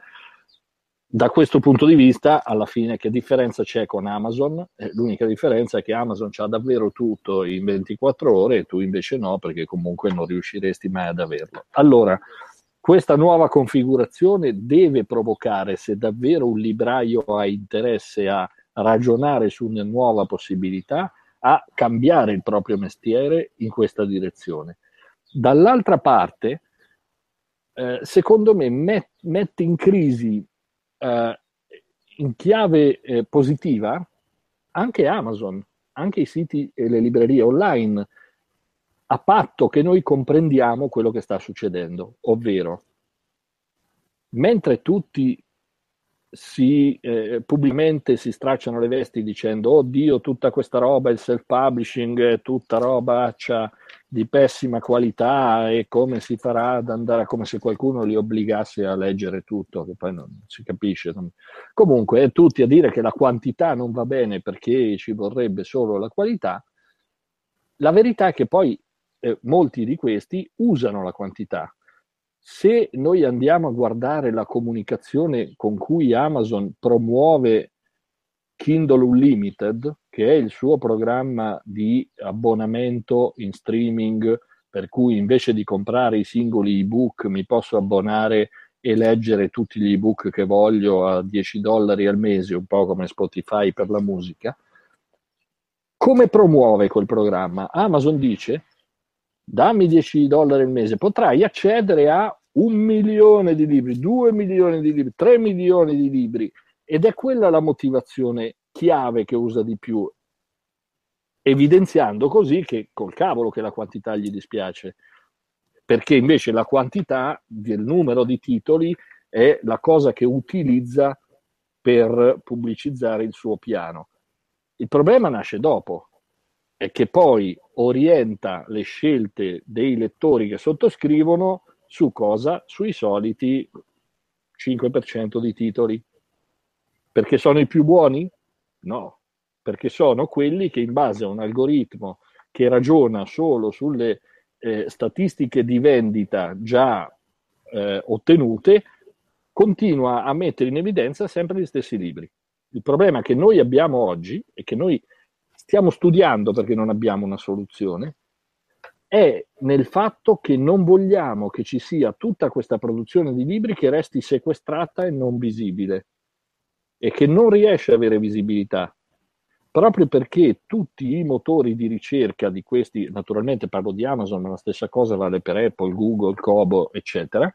Da questo punto di vista, alla fine, che differenza c'è con Amazon? Eh, l'unica differenza è che Amazon c'ha davvero tutto in ventiquattro ore e tu invece no, perché comunque non riusciresti mai ad averlo. Allora, questa nuova configurazione deve provocare, se davvero un libraio ha interesse a ragionare su una nuova possibilità, a cambiare il proprio mestiere in questa direzione. Dall'altra parte, eh, secondo me, met- mette in crisi Uh, in chiave eh, positiva anche Amazon, anche i siti e le librerie online, a patto che noi comprendiamo quello che sta succedendo, ovvero mentre tutti si eh, pubblicamente si stracciano le vesti dicendo oddio tutta questa roba, il self-publishing è tutta robaccia di pessima qualità e come si farà ad andare, come se qualcuno li obbligasse a leggere tutto, che poi non si capisce. Non... Comunque, tutti a dire che la quantità non va bene perché ci vorrebbe solo la qualità. La verità è che poi eh, molti di questi usano la quantità. Se noi andiamo a guardare la comunicazione con cui Amazon promuove Kindle Unlimited, che è il suo programma di abbonamento in streaming, per cui invece di comprare i singoli ebook mi posso abbonare e leggere tutti gli ebook che voglio a dieci dollari al mese, un po' come Spotify per la musica. Come promuove quel programma? Amazon dice: dammi dieci dollari al mese, potrai accedere a un milione di libri, due milioni di libri, tre milioni di libri, ed è quella la motivazione chiave che usa di più, evidenziando così che col cavolo che la quantità gli dispiace, perché invece la quantità del numero di titoli è la cosa che utilizza per pubblicizzare il suo piano. Il problema nasce dopo, è che poi orienta le scelte dei lettori che sottoscrivono su cosa? Sui soliti cinque per cento di titoli. Perché sono i più buoni? No, perché sono quelli che in base a un algoritmo che ragiona solo sulle eh, statistiche di vendita già eh, ottenute, continua a mettere in evidenza sempre gli stessi libri. Il problema che noi abbiamo oggi e che noi stiamo studiando perché non abbiamo una soluzione è nel fatto che non vogliamo che ci sia tutta questa produzione di libri che resti sequestrata e non visibile e che non riesce ad avere visibilità, proprio perché tutti i motori di ricerca di questi, naturalmente parlo di Amazon, ma la stessa cosa vale per Apple, Google, Kobo, eccetera,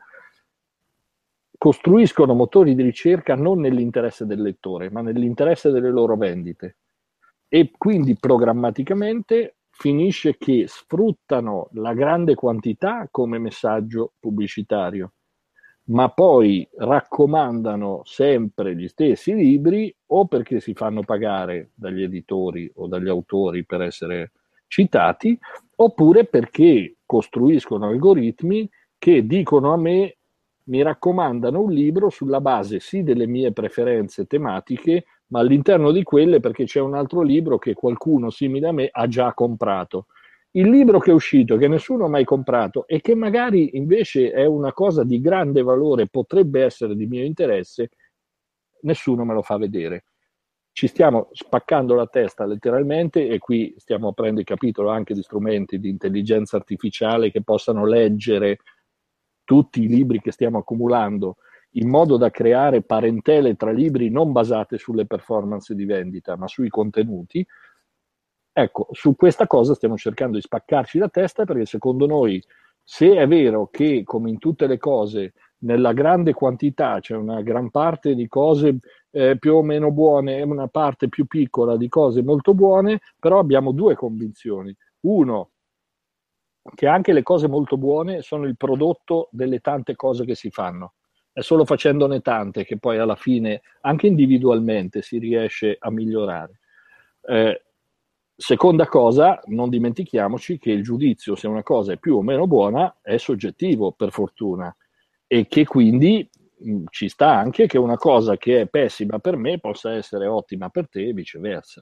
costruiscono motori di ricerca non nell'interesse del lettore, ma nell'interesse delle loro vendite. E quindi programmaticamente finisce che sfruttano la grande quantità come messaggio pubblicitario, ma poi raccomandano sempre gli stessi libri o perché si fanno pagare dagli editori o dagli autori per essere citati, oppure perché costruiscono algoritmi che dicono a me, mi raccomandano un libro sulla base sì delle mie preferenze tematiche, ma all'interno di quelle perché c'è un altro libro che qualcuno simile a me ha già comprato. Il libro che è uscito, che nessuno ha mai comprato e che magari invece è una cosa di grande valore, potrebbe essere di mio interesse, nessuno me lo fa vedere. Ci stiamo spaccando la testa letteralmente e qui stiamo aprendo il capitolo anche di strumenti di intelligenza artificiale che possano leggere tutti i libri che stiamo accumulando in modo da creare parentele tra libri non basate sulle performance di vendita ma sui contenuti. Ecco, su questa cosa stiamo cercando di spaccarci la testa perché secondo noi, se è vero che come in tutte le cose nella grande quantità c'è una gran parte di cose eh, più o meno buone e una parte più piccola di cose molto buone, però abbiamo due convinzioni. Uno, che anche le cose molto buone sono il prodotto delle tante cose che si fanno. È solo facendone tante che poi alla fine, anche individualmente, si riesce a migliorare. Eh, seconda cosa, non dimentichiamoci che il giudizio se una cosa è più o meno buona è soggettivo, per fortuna, e che quindi mh, ci sta anche che una cosa che è pessima per me possa essere ottima per te e viceversa.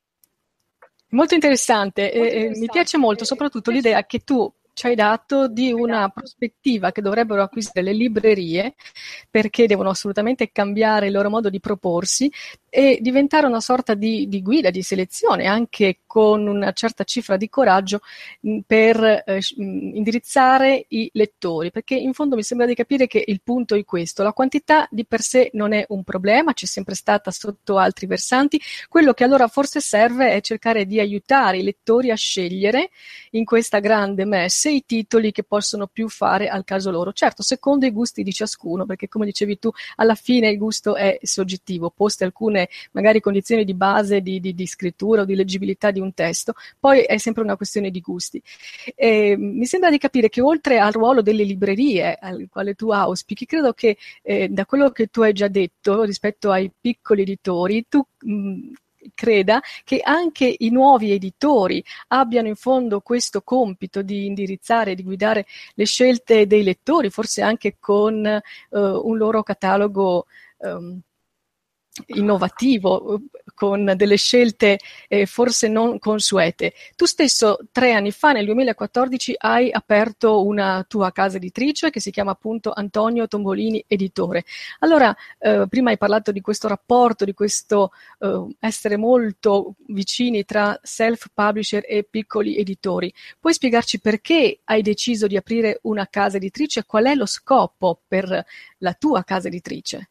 Molto interessante, molto interessante. E, mi piace molto soprattutto l'idea che tu ci hai dato di una prospettiva che dovrebbero acquisire le librerie perché devono assolutamente cambiare il loro modo di proporsi e diventare una sorta di, di guida, di selezione, anche con una certa cifra di coraggio mh, per eh, mh, indirizzare i lettori, perché in fondo mi sembra di capire che il punto è questo: la quantità di per sé non è un problema, c'è sempre stata sotto altri versanti, quello che allora forse serve è cercare di aiutare i lettori a scegliere in questa grande messe i titoli che possono più fare al caso loro, certo secondo i gusti di ciascuno, perché come dicevi tu alla fine il gusto è soggettivo, poste alcune magari condizioni di base di, di, di scrittura o di leggibilità di un testo, poi è sempre una questione di gusti. E mi sembra di capire che oltre al ruolo delle librerie al quale tu auspichi, credo che eh, da quello che tu hai già detto rispetto ai piccoli editori, tu mh, creda che anche i nuovi editori abbiano in fondo questo compito di indirizzare, di guidare le scelte dei lettori, forse anche con uh, un loro catalogo um, innovativo, con delle scelte eh, forse non consuete. Tu stesso tre anni fa, nel duemilaquattordici, hai aperto una tua casa editrice che si chiama appunto Antonio Tombolini Editore. Allora, eh, prima hai parlato di questo rapporto, di questo eh, essere molto vicini tra self-publisher e piccoli editori. Puoi spiegarci perché hai deciso di aprire una casa editrice? Qual è lo scopo per la tua casa editrice?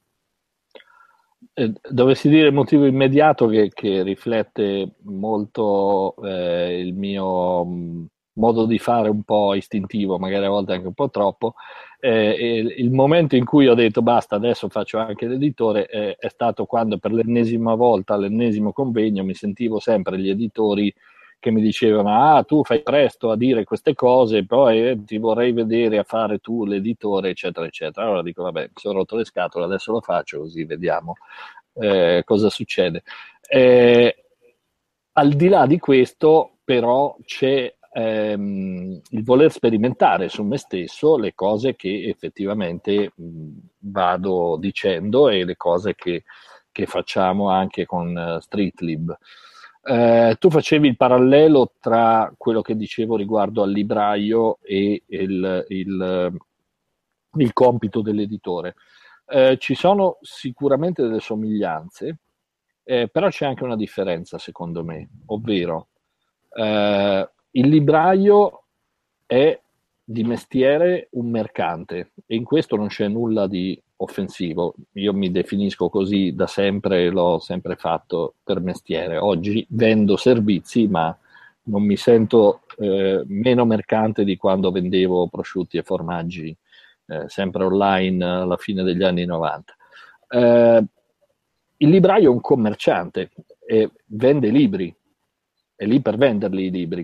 Eh, dovessi dire il motivo immediato che, che riflette molto eh, il mio mh, modo di fare un po' istintivo, magari a volte anche un po' troppo, eh, il, il momento in cui ho detto basta, adesso faccio anche l'editore, eh, è stato quando per l'ennesima volta, all'ennesimo convegno, mi sentivo sempre gli editori che mi dicevano ah tu fai presto a dire queste cose, poi eh, ti vorrei vedere a fare tu l'editore, eccetera eccetera. Allora dico vabbè, mi sono rotto le scatole, adesso lo faccio, così vediamo eh, cosa succede. Eh, al di là di questo però c'è ehm, il voler sperimentare su me stesso le cose che effettivamente mh, vado dicendo e le cose che, che facciamo anche con uh, Streetlib. Eh, tu facevi il parallelo tra quello che dicevo riguardo al libraio e il, il, il compito dell'editore. Eh, ci sono sicuramente delle somiglianze, eh, però c'è anche una differenza secondo me, ovvero eh, il libraio è di mestiere un mercante e in questo non c'è nulla di offensivo. Io mi definisco così da sempre, l'ho sempre fatto per mestiere. Oggi vendo servizi, ma non mi sento eh, meno mercante di quando vendevo prosciutti e formaggi eh, sempre online alla fine degli anni novanta. Eh, il libraio è un commerciante e vende libri, è lì per venderli i libri.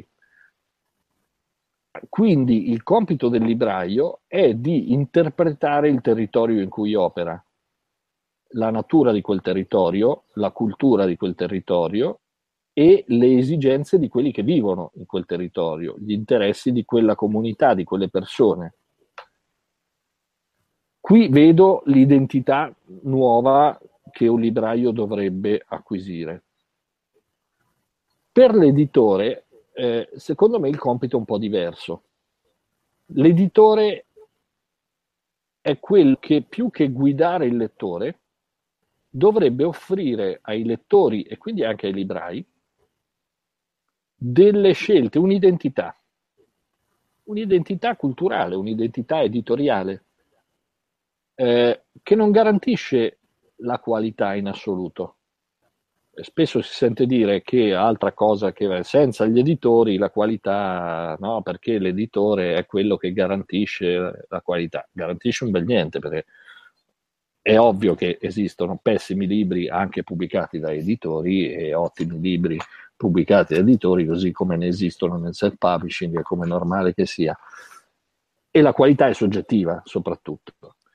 Quindi il compito del libraio è di interpretare il territorio in cui opera, la natura di quel territorio, la cultura di quel territorio e le esigenze di quelli che vivono in quel territorio, gli interessi di quella comunità, di quelle persone. Qui vedo l'identità nuova che un libraio dovrebbe acquisire. Per l'editore, Eh, secondo me il compito è un po' diverso. L'editore è quello che più che guidare il lettore dovrebbe offrire ai lettori e quindi anche ai librai delle scelte, un'identità, un'identità culturale, un'identità editoriale eh, che non garantisce la qualità in assoluto. Spesso si sente dire che altra cosa che senza gli editori la qualità, no, perché l'editore è quello che garantisce la qualità. Garantisce un bel niente, perché è ovvio che esistono pessimi libri anche pubblicati da editori e ottimi libri pubblicati da editori, così come ne esistono nel self-publishing, è come normale che sia. E la qualità è soggettiva, soprattutto.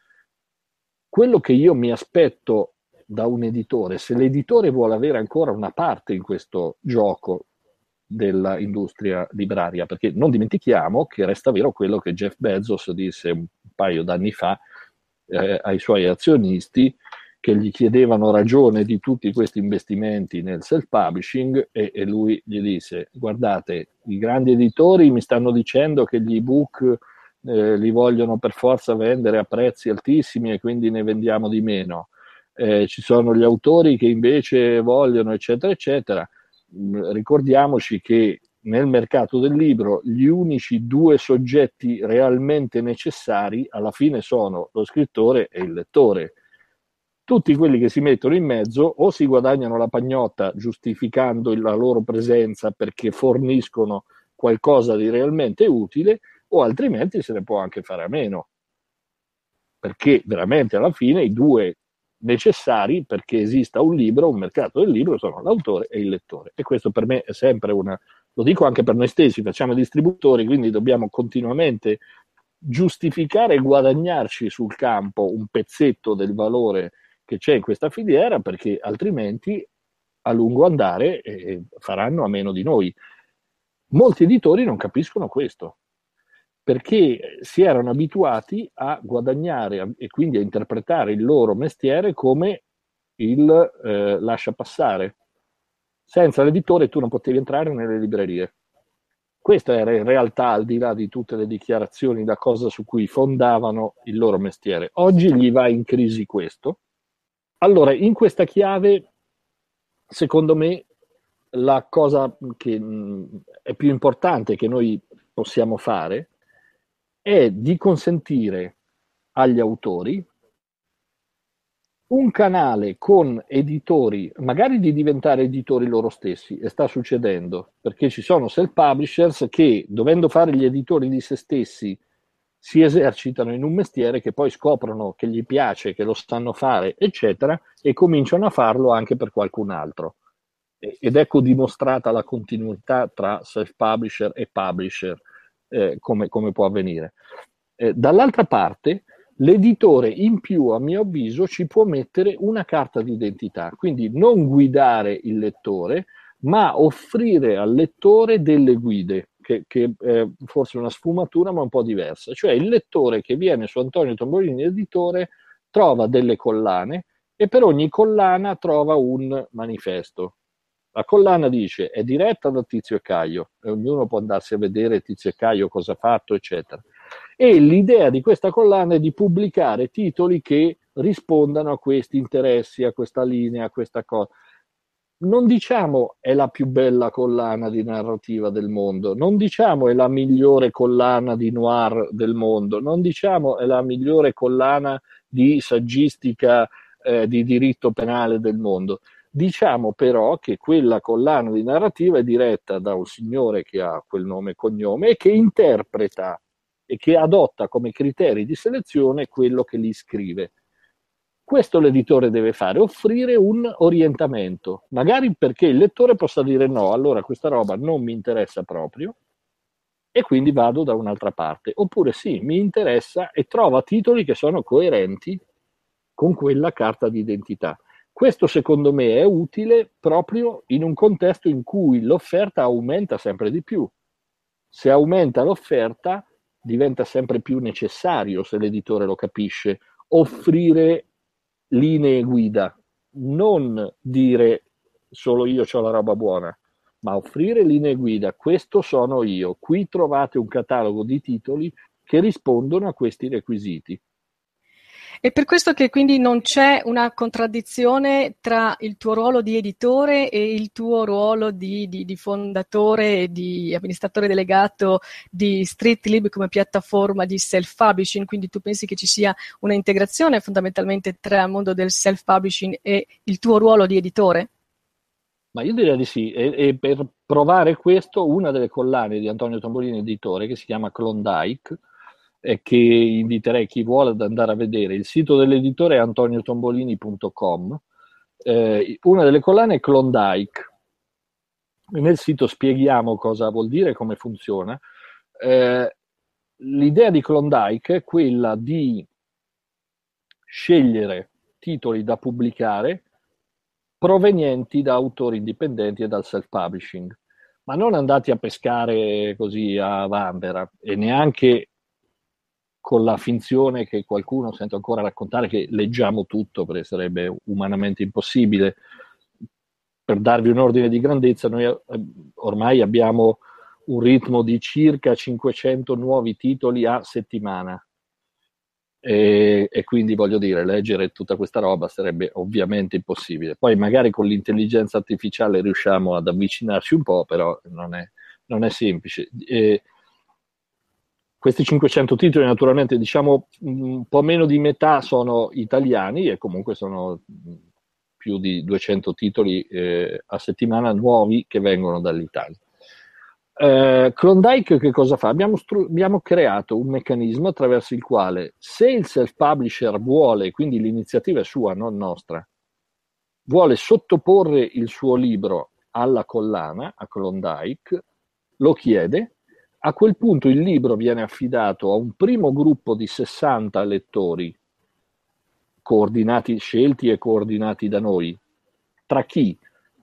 Quello che io mi aspetto da un editore, se l'editore vuole avere ancora una parte in questo gioco dell'industria libraria, perché non dimentichiamo che resta vero quello che Jeff Bezos disse un paio d'anni fa eh, ai suoi azionisti, che gli chiedevano ragione di tutti questi investimenti nel self-publishing e, e lui gli disse guardate, i grandi editori mi stanno dicendo che gli ebook eh, li vogliono per forza vendere a prezzi altissimi e quindi ne vendiamo di meno. Eh, ci sono gli autori che invece vogliono eccetera eccetera. Ricordiamoci che nel mercato del libro gli unici due soggetti realmente necessari alla fine sono lo scrittore e il lettore. Tutti quelli che si mettono in mezzo o si guadagnano la pagnotta giustificando la loro presenza perché forniscono qualcosa di realmente utile, o altrimenti se ne può anche fare a meno, perché veramente alla fine i due necessari perché esista un libro, un mercato del libro, sono l'autore e il lettore. E questo per me è sempre una, lo dico anche per noi stessi, facciamo distributori, quindi dobbiamo continuamente giustificare e guadagnarci sul campo un pezzetto del valore che c'è in questa filiera, perché altrimenti a lungo andare eh, faranno a meno di noi. Molti editori non capiscono questo, perché si erano abituati a guadagnare e quindi a interpretare il loro mestiere come il eh, lascia passare. Senza l'editore tu non potevi entrare nelle librerie. Questa era in realtà, al di là di tutte le dichiarazioni, la cosa su cui fondavano il loro mestiere. Oggi gli va in crisi questo. Allora, in questa chiave, secondo me, la cosa che mh, è più importante che noi possiamo fare è di consentire agli autori un canale con editori, magari di diventare editori loro stessi, e sta succedendo, perché ci sono self-publishers che, dovendo fare gli editori di se stessi, si esercitano in un mestiere che poi scoprono che gli piace, che lo sanno fare, eccetera, e cominciano a farlo anche per qualcun altro. Ed ecco dimostrata la continuità tra self-publisher e publisher, eh, come, come può avvenire. Eh, dall'altra parte, l'editore in più, a mio avviso, ci può mettere una carta d'identità, quindi non guidare il lettore, ma offrire al lettore delle guide, che, che è forse una sfumatura ma un po' diversa. Cioè il lettore che viene su Antonio Tombolini editore trova delle collane e per ogni collana trova un manifesto. La collana dice è diretta da Tizio e Caio e ognuno può andarsi a vedere Tizio e Caio cosa ha fatto, eccetera. E l'idea di questa collana è di pubblicare titoli che rispondano a questi interessi, a questa linea, a questa cosa. Non diciamo è la più bella collana di narrativa del mondo, non diciamo è la migliore collana di noir del mondo, non diciamo è la migliore collana di saggistica eh, di diritto penale del mondo. Diciamo però che quella collana di narrativa è diretta da un signore che ha quel nome e cognome e che interpreta e che adotta come criteri di selezione quello che gli scrive. Questo l'editore deve fare, offrire un orientamento, magari perché il lettore possa dire no, allora questa roba non mi interessa proprio e quindi vado da un'altra parte. Oppure sì, mi interessa e trova titoli che sono coerenti con quella carta d'identità. Questo secondo me è utile proprio in un contesto in cui l'offerta aumenta sempre di più. Se aumenta l'offerta diventa sempre più necessario, se l'editore lo capisce, offrire linee guida, non dire solo io ho la roba buona, ma offrire linee guida, questo sono io, qui trovate un catalogo di titoli che rispondono a questi requisiti. È per questo che quindi non c'è una contraddizione tra il tuo ruolo di editore e il tuo ruolo di, di, di fondatore e di amministratore delegato di StreetLib come piattaforma di self-publishing, quindi tu pensi che ci sia una integrazione fondamentalmente tra il mondo del self-publishing e il tuo ruolo di editore? Ma io direi di sì, e, e per provare questo, una delle collane di Antonio Tombolini editore, che si chiama Klondike, e che inviterei chi vuole ad andare a vedere. Il sito dell'editore è antonio tombolini punto com. Eh, una delle collane è Klondike. Nel sito spieghiamo cosa vuol dire e come funziona. Eh, l'idea di Klondike è quella di scegliere titoli da pubblicare provenienti da autori indipendenti e dal self-publishing, ma non andati a pescare così a vanvera e neanche con la finzione che qualcuno sento ancora raccontare che leggiamo tutto, perché sarebbe umanamente impossibile. Per darvi un ordine di grandezza, noi ormai abbiamo un ritmo di circa cinquecento nuovi titoli a settimana e, e quindi voglio dire, leggere tutta questa roba sarebbe ovviamente impossibile. Poi magari con l'intelligenza artificiale riusciamo ad avvicinarci un po', però non è, non è semplice. E, questi cinquecento titoli, naturalmente, diciamo un po' meno di metà sono italiani e comunque sono più di duecento titoli eh, a settimana nuovi che vengono dall'Italia. Eh, Klondike che cosa fa? Abbiamo, stru- abbiamo creato un meccanismo attraverso il quale, se il self-publisher vuole, quindi l'iniziativa è sua, non nostra, vuole sottoporre il suo libro alla collana, a Klondike, lo chiede. A quel punto il libro viene affidato a un primo gruppo di sessanta lettori, coordinati, scelti e coordinati da noi. Tra chi?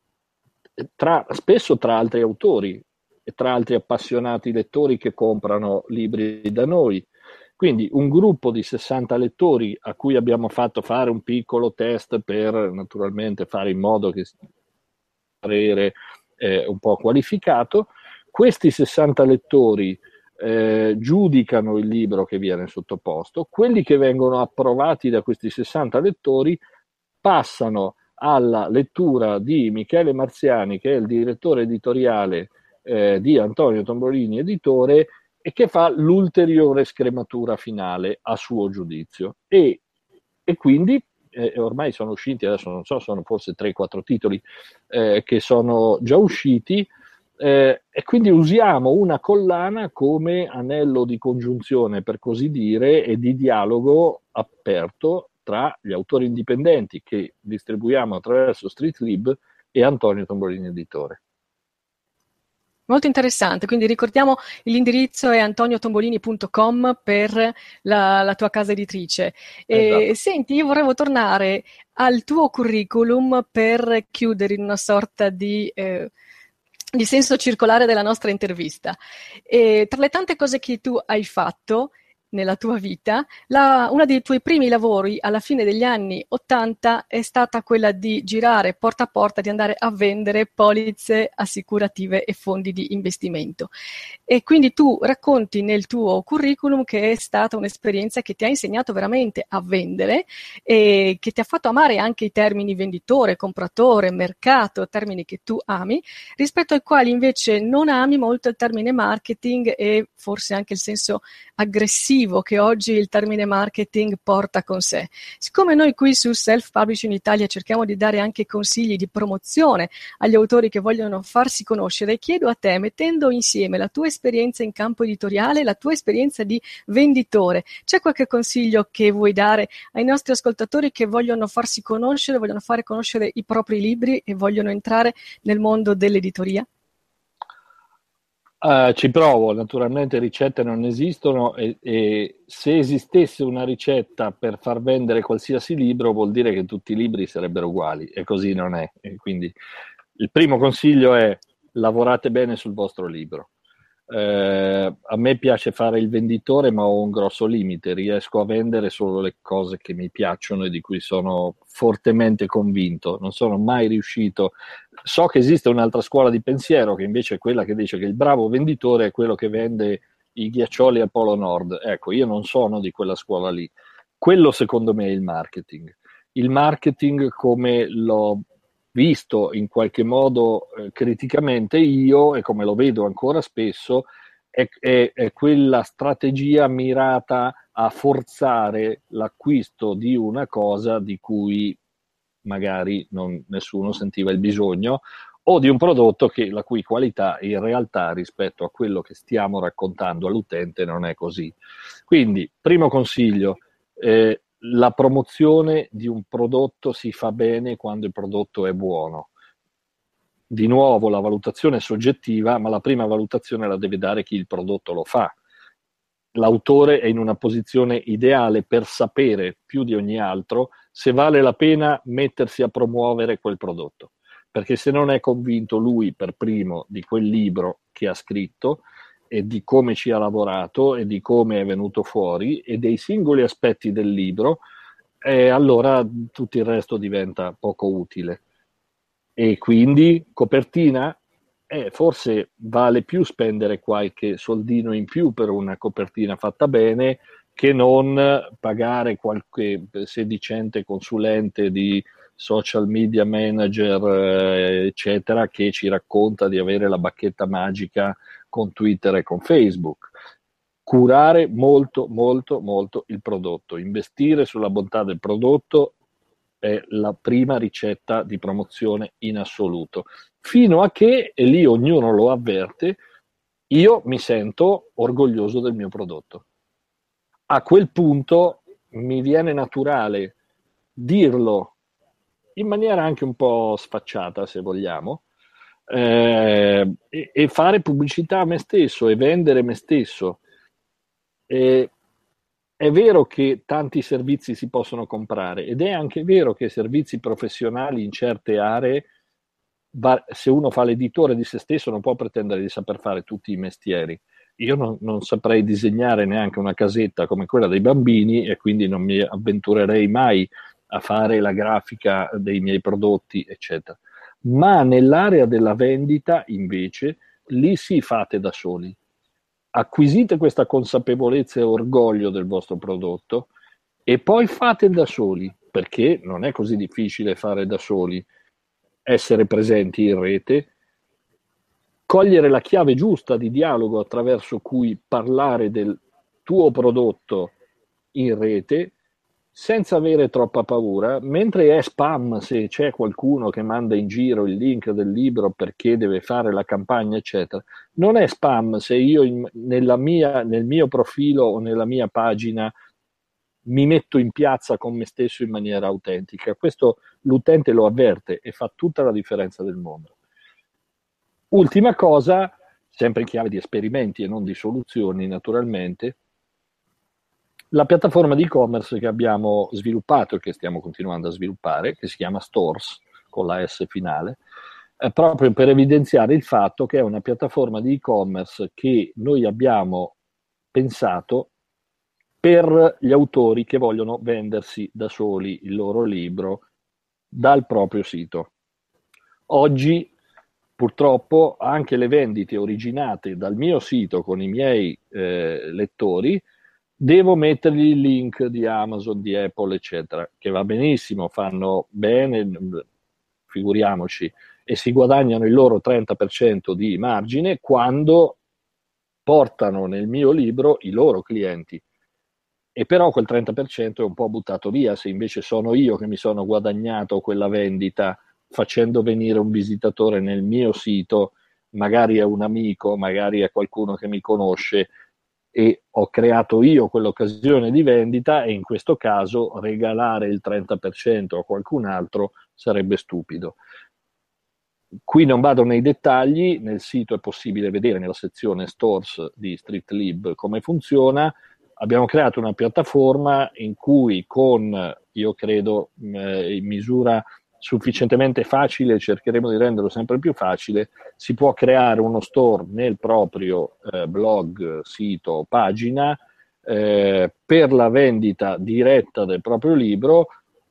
Tra, spesso tra altri autori e tra altri appassionati lettori che comprano libri da noi. Quindi un gruppo di sessanta lettori a cui abbiamo fatto fare un piccolo test per naturalmente fare in modo che sia parere eh, un po' qualificato. Questi sessanta lettori eh, giudicano il libro che viene sottoposto, quelli che vengono approvati da questi sessanta lettori passano alla lettura di Michele Marziani, che è il direttore editoriale eh, di Antonio Tombolini Editore, e che fa l'ulteriore scrematura finale a suo giudizio. E, e quindi eh, ormai sono usciti, adesso non so, sono forse tre quattro titoli eh, che sono già usciti, eh, e quindi usiamo una collana come anello di congiunzione, per così dire, e di dialogo aperto tra gli autori indipendenti che distribuiamo attraverso StreetLib e Antonio Tombolini Editore. Molto interessante, quindi ricordiamo l'indirizzo è antonio tombolini punto com per la, la tua casa editrice. E, esatto. Senti, io vorrei tornare al tuo curriculum per chiudere in una sorta di, eh, di senso circolare della nostra intervista. E tra le tante cose che tu hai fatto nella tua vita, la, uno dei tuoi primi lavori alla fine degli anni ottanta è stata quella di girare porta a porta, di andare a vendere polizze assicurative e fondi di investimento. E quindi tu racconti nel tuo curriculum che è stata un'esperienza che ti ha insegnato veramente a vendere e che ti ha fatto amare anche i termini venditore, compratore, mercato, termini che tu ami, rispetto ai quali invece non ami molto il termine marketing e forse anche il senso aggressivo che oggi il termine marketing porta con sé. Siccome noi qui su Self Publishing Italia cerchiamo di dare anche consigli di promozione agli autori che vogliono farsi conoscere, chiedo a te, mettendo insieme la tua esperienza in campo editoriale e la tua esperienza di venditore, c'è qualche consiglio che vuoi dare ai nostri ascoltatori che vogliono farsi conoscere, vogliono fare conoscere i propri libri e vogliono entrare nel mondo dell'editoria? Uh, ci provo, naturalmente ricette non esistono e, e se esistesse una ricetta per far vendere qualsiasi libro vuol dire che tutti i libri sarebbero uguali e così non è. E quindi il primo consiglio è: lavorate bene sul vostro libro. Eh, a me piace fare il venditore, ma ho un grosso limite, riesco a vendere solo le cose che mi piacciono e di cui sono fortemente convinto. Non sono mai riuscito. So che esiste un'altra scuola di pensiero che invece è quella che dice che il bravo venditore è quello che vende i ghiaccioli al Polo Nord. Ecco, io non sono di quella scuola lì. Quello secondo me è il marketing. Il marketing, come l'ho visto in qualche modo eh, criticamente io, e come lo vedo ancora spesso, è, è, è quella strategia mirata a forzare l'acquisto di una cosa di cui magari non, nessuno sentiva il bisogno, o di un prodotto che, la cui qualità in realtà rispetto a quello che stiamo raccontando all'utente non è così. Quindi, primo consiglio, eh, la promozione di un prodotto si fa bene quando il prodotto è buono. Di nuovo, la valutazione è soggettiva, ma la prima valutazione la deve dare chi il prodotto lo fa. L'autore è in una posizione ideale per sapere più di ogni altro se vale la pena mettersi a promuovere quel prodotto, perché se non è convinto lui per primo di quel libro che ha scritto e di come ci ha lavorato e di come è venuto fuori e dei singoli aspetti del libro, eh, allora tutto il resto diventa poco utile. E quindi copertina? Eh, forse vale più spendere qualche soldino in più per una copertina fatta bene che non pagare qualche sedicente consulente di social media manager, eh, eccetera, che ci racconta di avere la bacchetta magica con Twitter e con Facebook. Curare molto, molto, molto il prodotto, investire sulla bontà del prodotto è la prima ricetta di promozione in assoluto, fino a che, e lì ognuno lo avverte, io mi sento orgoglioso del mio prodotto. A quel punto mi viene naturale dirlo in maniera anche un po' sfacciata, se vogliamo, eh, e, e fare pubblicità a me stesso e vendere me stesso. E, è vero che tanti servizi si possono comprare ed è anche vero che servizi professionali in certe aree, se uno fa l'editore di se stesso non può pretendere di saper fare tutti i mestieri. io non, non saprei disegnare neanche una casetta come quella dei bambini e quindi non mi avventurerei mai a fare la grafica dei miei prodotti, eccetera. Ma nell'area della vendita, invece, lì sì, fate da soli. Acquisite questa consapevolezza e orgoglio del vostro prodotto e poi fate da soli, perché non è così difficile fare da soli, essere presenti in rete, cogliere la chiave giusta di dialogo attraverso cui parlare del tuo prodotto in rete senza avere troppa paura, mentre è spam se c'è qualcuno che manda in giro il link del libro perché deve fare la campagna, eccetera. Non è spam se io in, nella mia, nel mio profilo o nella mia pagina mi metto in piazza con me stesso in maniera autentica. Questo l'utente lo avverte e fa tutta la differenza del mondo. Ultima cosa, sempre in chiave di esperimenti e non di soluzioni naturalmente, la piattaforma di e-commerce che abbiamo sviluppato e che stiamo continuando a sviluppare, che si chiama Stores, con la S finale, è proprio per evidenziare il fatto che è una piattaforma di e-commerce che noi abbiamo pensato per gli autori che vogliono vendersi da soli il loro libro dal proprio sito. Oggi, purtroppo, anche le vendite originate dal mio sito con i miei eh, lettori, devo mettergli il link di Amazon, di Apple, eccetera, che va benissimo, fanno bene, figuriamoci, e si guadagnano il loro trenta per cento di margine quando portano nel mio libro i loro clienti. E però quel trenta per cento è un po' buttato via, se invece sono io che mi sono guadagnato quella vendita facendo venire un visitatore nel mio sito, magari è un amico, magari è qualcuno che mi conosce, e ho creato io quell'occasione di vendita, e in questo caso regalare il trenta per cento a qualcun altro sarebbe stupido. Qui non vado nei dettagli, nel sito è possibile vedere nella sezione Stores di StreetLib come funziona. Abbiamo creato una piattaforma in cui con, io credo, eh, in misura sufficientemente facile, cercheremo di renderlo sempre più facile, si può creare uno store nel proprio eh, blog, sito, pagina eh, per la vendita diretta del proprio libro.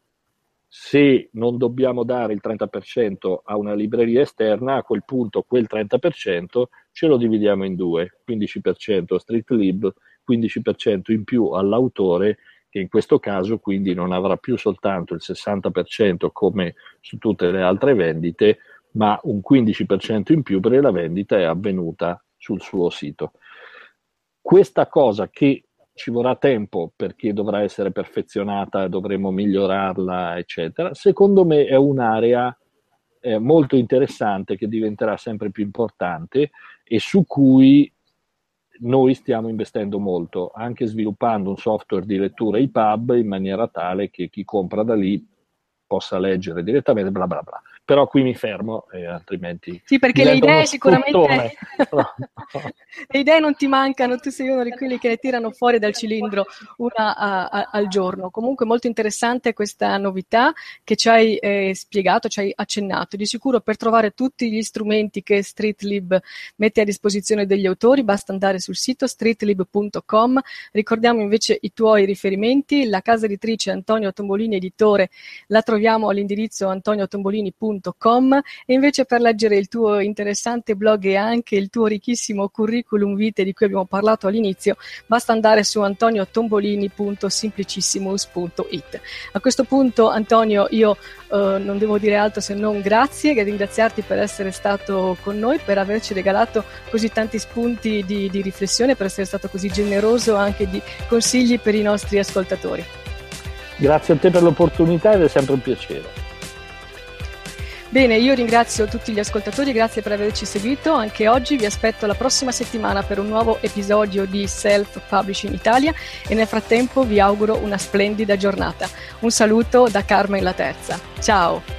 Se non dobbiamo dare il trenta per cento a una libreria esterna, a quel punto quel trenta per cento ce lo dividiamo in due, quindici per cento a StreetLib, quindici per cento in più all'autore, che in questo caso quindi non avrà più soltanto il sessanta per cento come su tutte le altre vendite, ma un quindici per cento in più perché la vendita è avvenuta sul suo sito. Questa cosa, che ci vorrà tempo perché dovrà essere perfezionata, dovremo migliorarla, eccetera, secondo me è un'area eh, molto interessante che diventerà sempre più importante e su cui noi stiamo investendo molto, anche sviluppando un software di lettura E P U B in maniera tale che chi compra da lì possa leggere direttamente, bla bla bla. Però qui mi fermo, eh, altrimenti sì, perché le idee scottone. Sicuramente le idee non ti mancano, tu sei uno di quelli che le tirano fuori dal cilindro una a, a, al giorno. Comunque molto interessante questa novità che ci hai eh, spiegato, ci hai accennato. Di sicuro per trovare tutti gli strumenti che StreetLib mette a disposizione degli autori basta andare sul sito streetlib punto com. Ricordiamo invece i tuoi riferimenti: la casa editrice Antonio Tombolini Editore la troviamo all'indirizzo antonio tombolini punto com, e invece per leggere il tuo interessante blog e anche il tuo ricchissimo curriculum vitae di cui abbiamo parlato all'inizio basta andare su antonio tombolini punto simplicissimus punto it. A questo punto, Antonio, io eh, non devo dire altro se non grazie, e ringraziarti per essere stato con noi, per averci regalato così tanti spunti di, di riflessione, per essere stato così generoso anche di consigli per i nostri ascoltatori. Grazie a te per l'opportunità ed è sempre un piacere. Bene, io ringrazio tutti gli ascoltatori, grazie per averci seguito anche oggi. Vi aspetto la prossima settimana per un nuovo episodio di Self Publishing Italia e nel frattempo vi auguro una splendida giornata. Un saluto da Carmen La Terza. Ciao!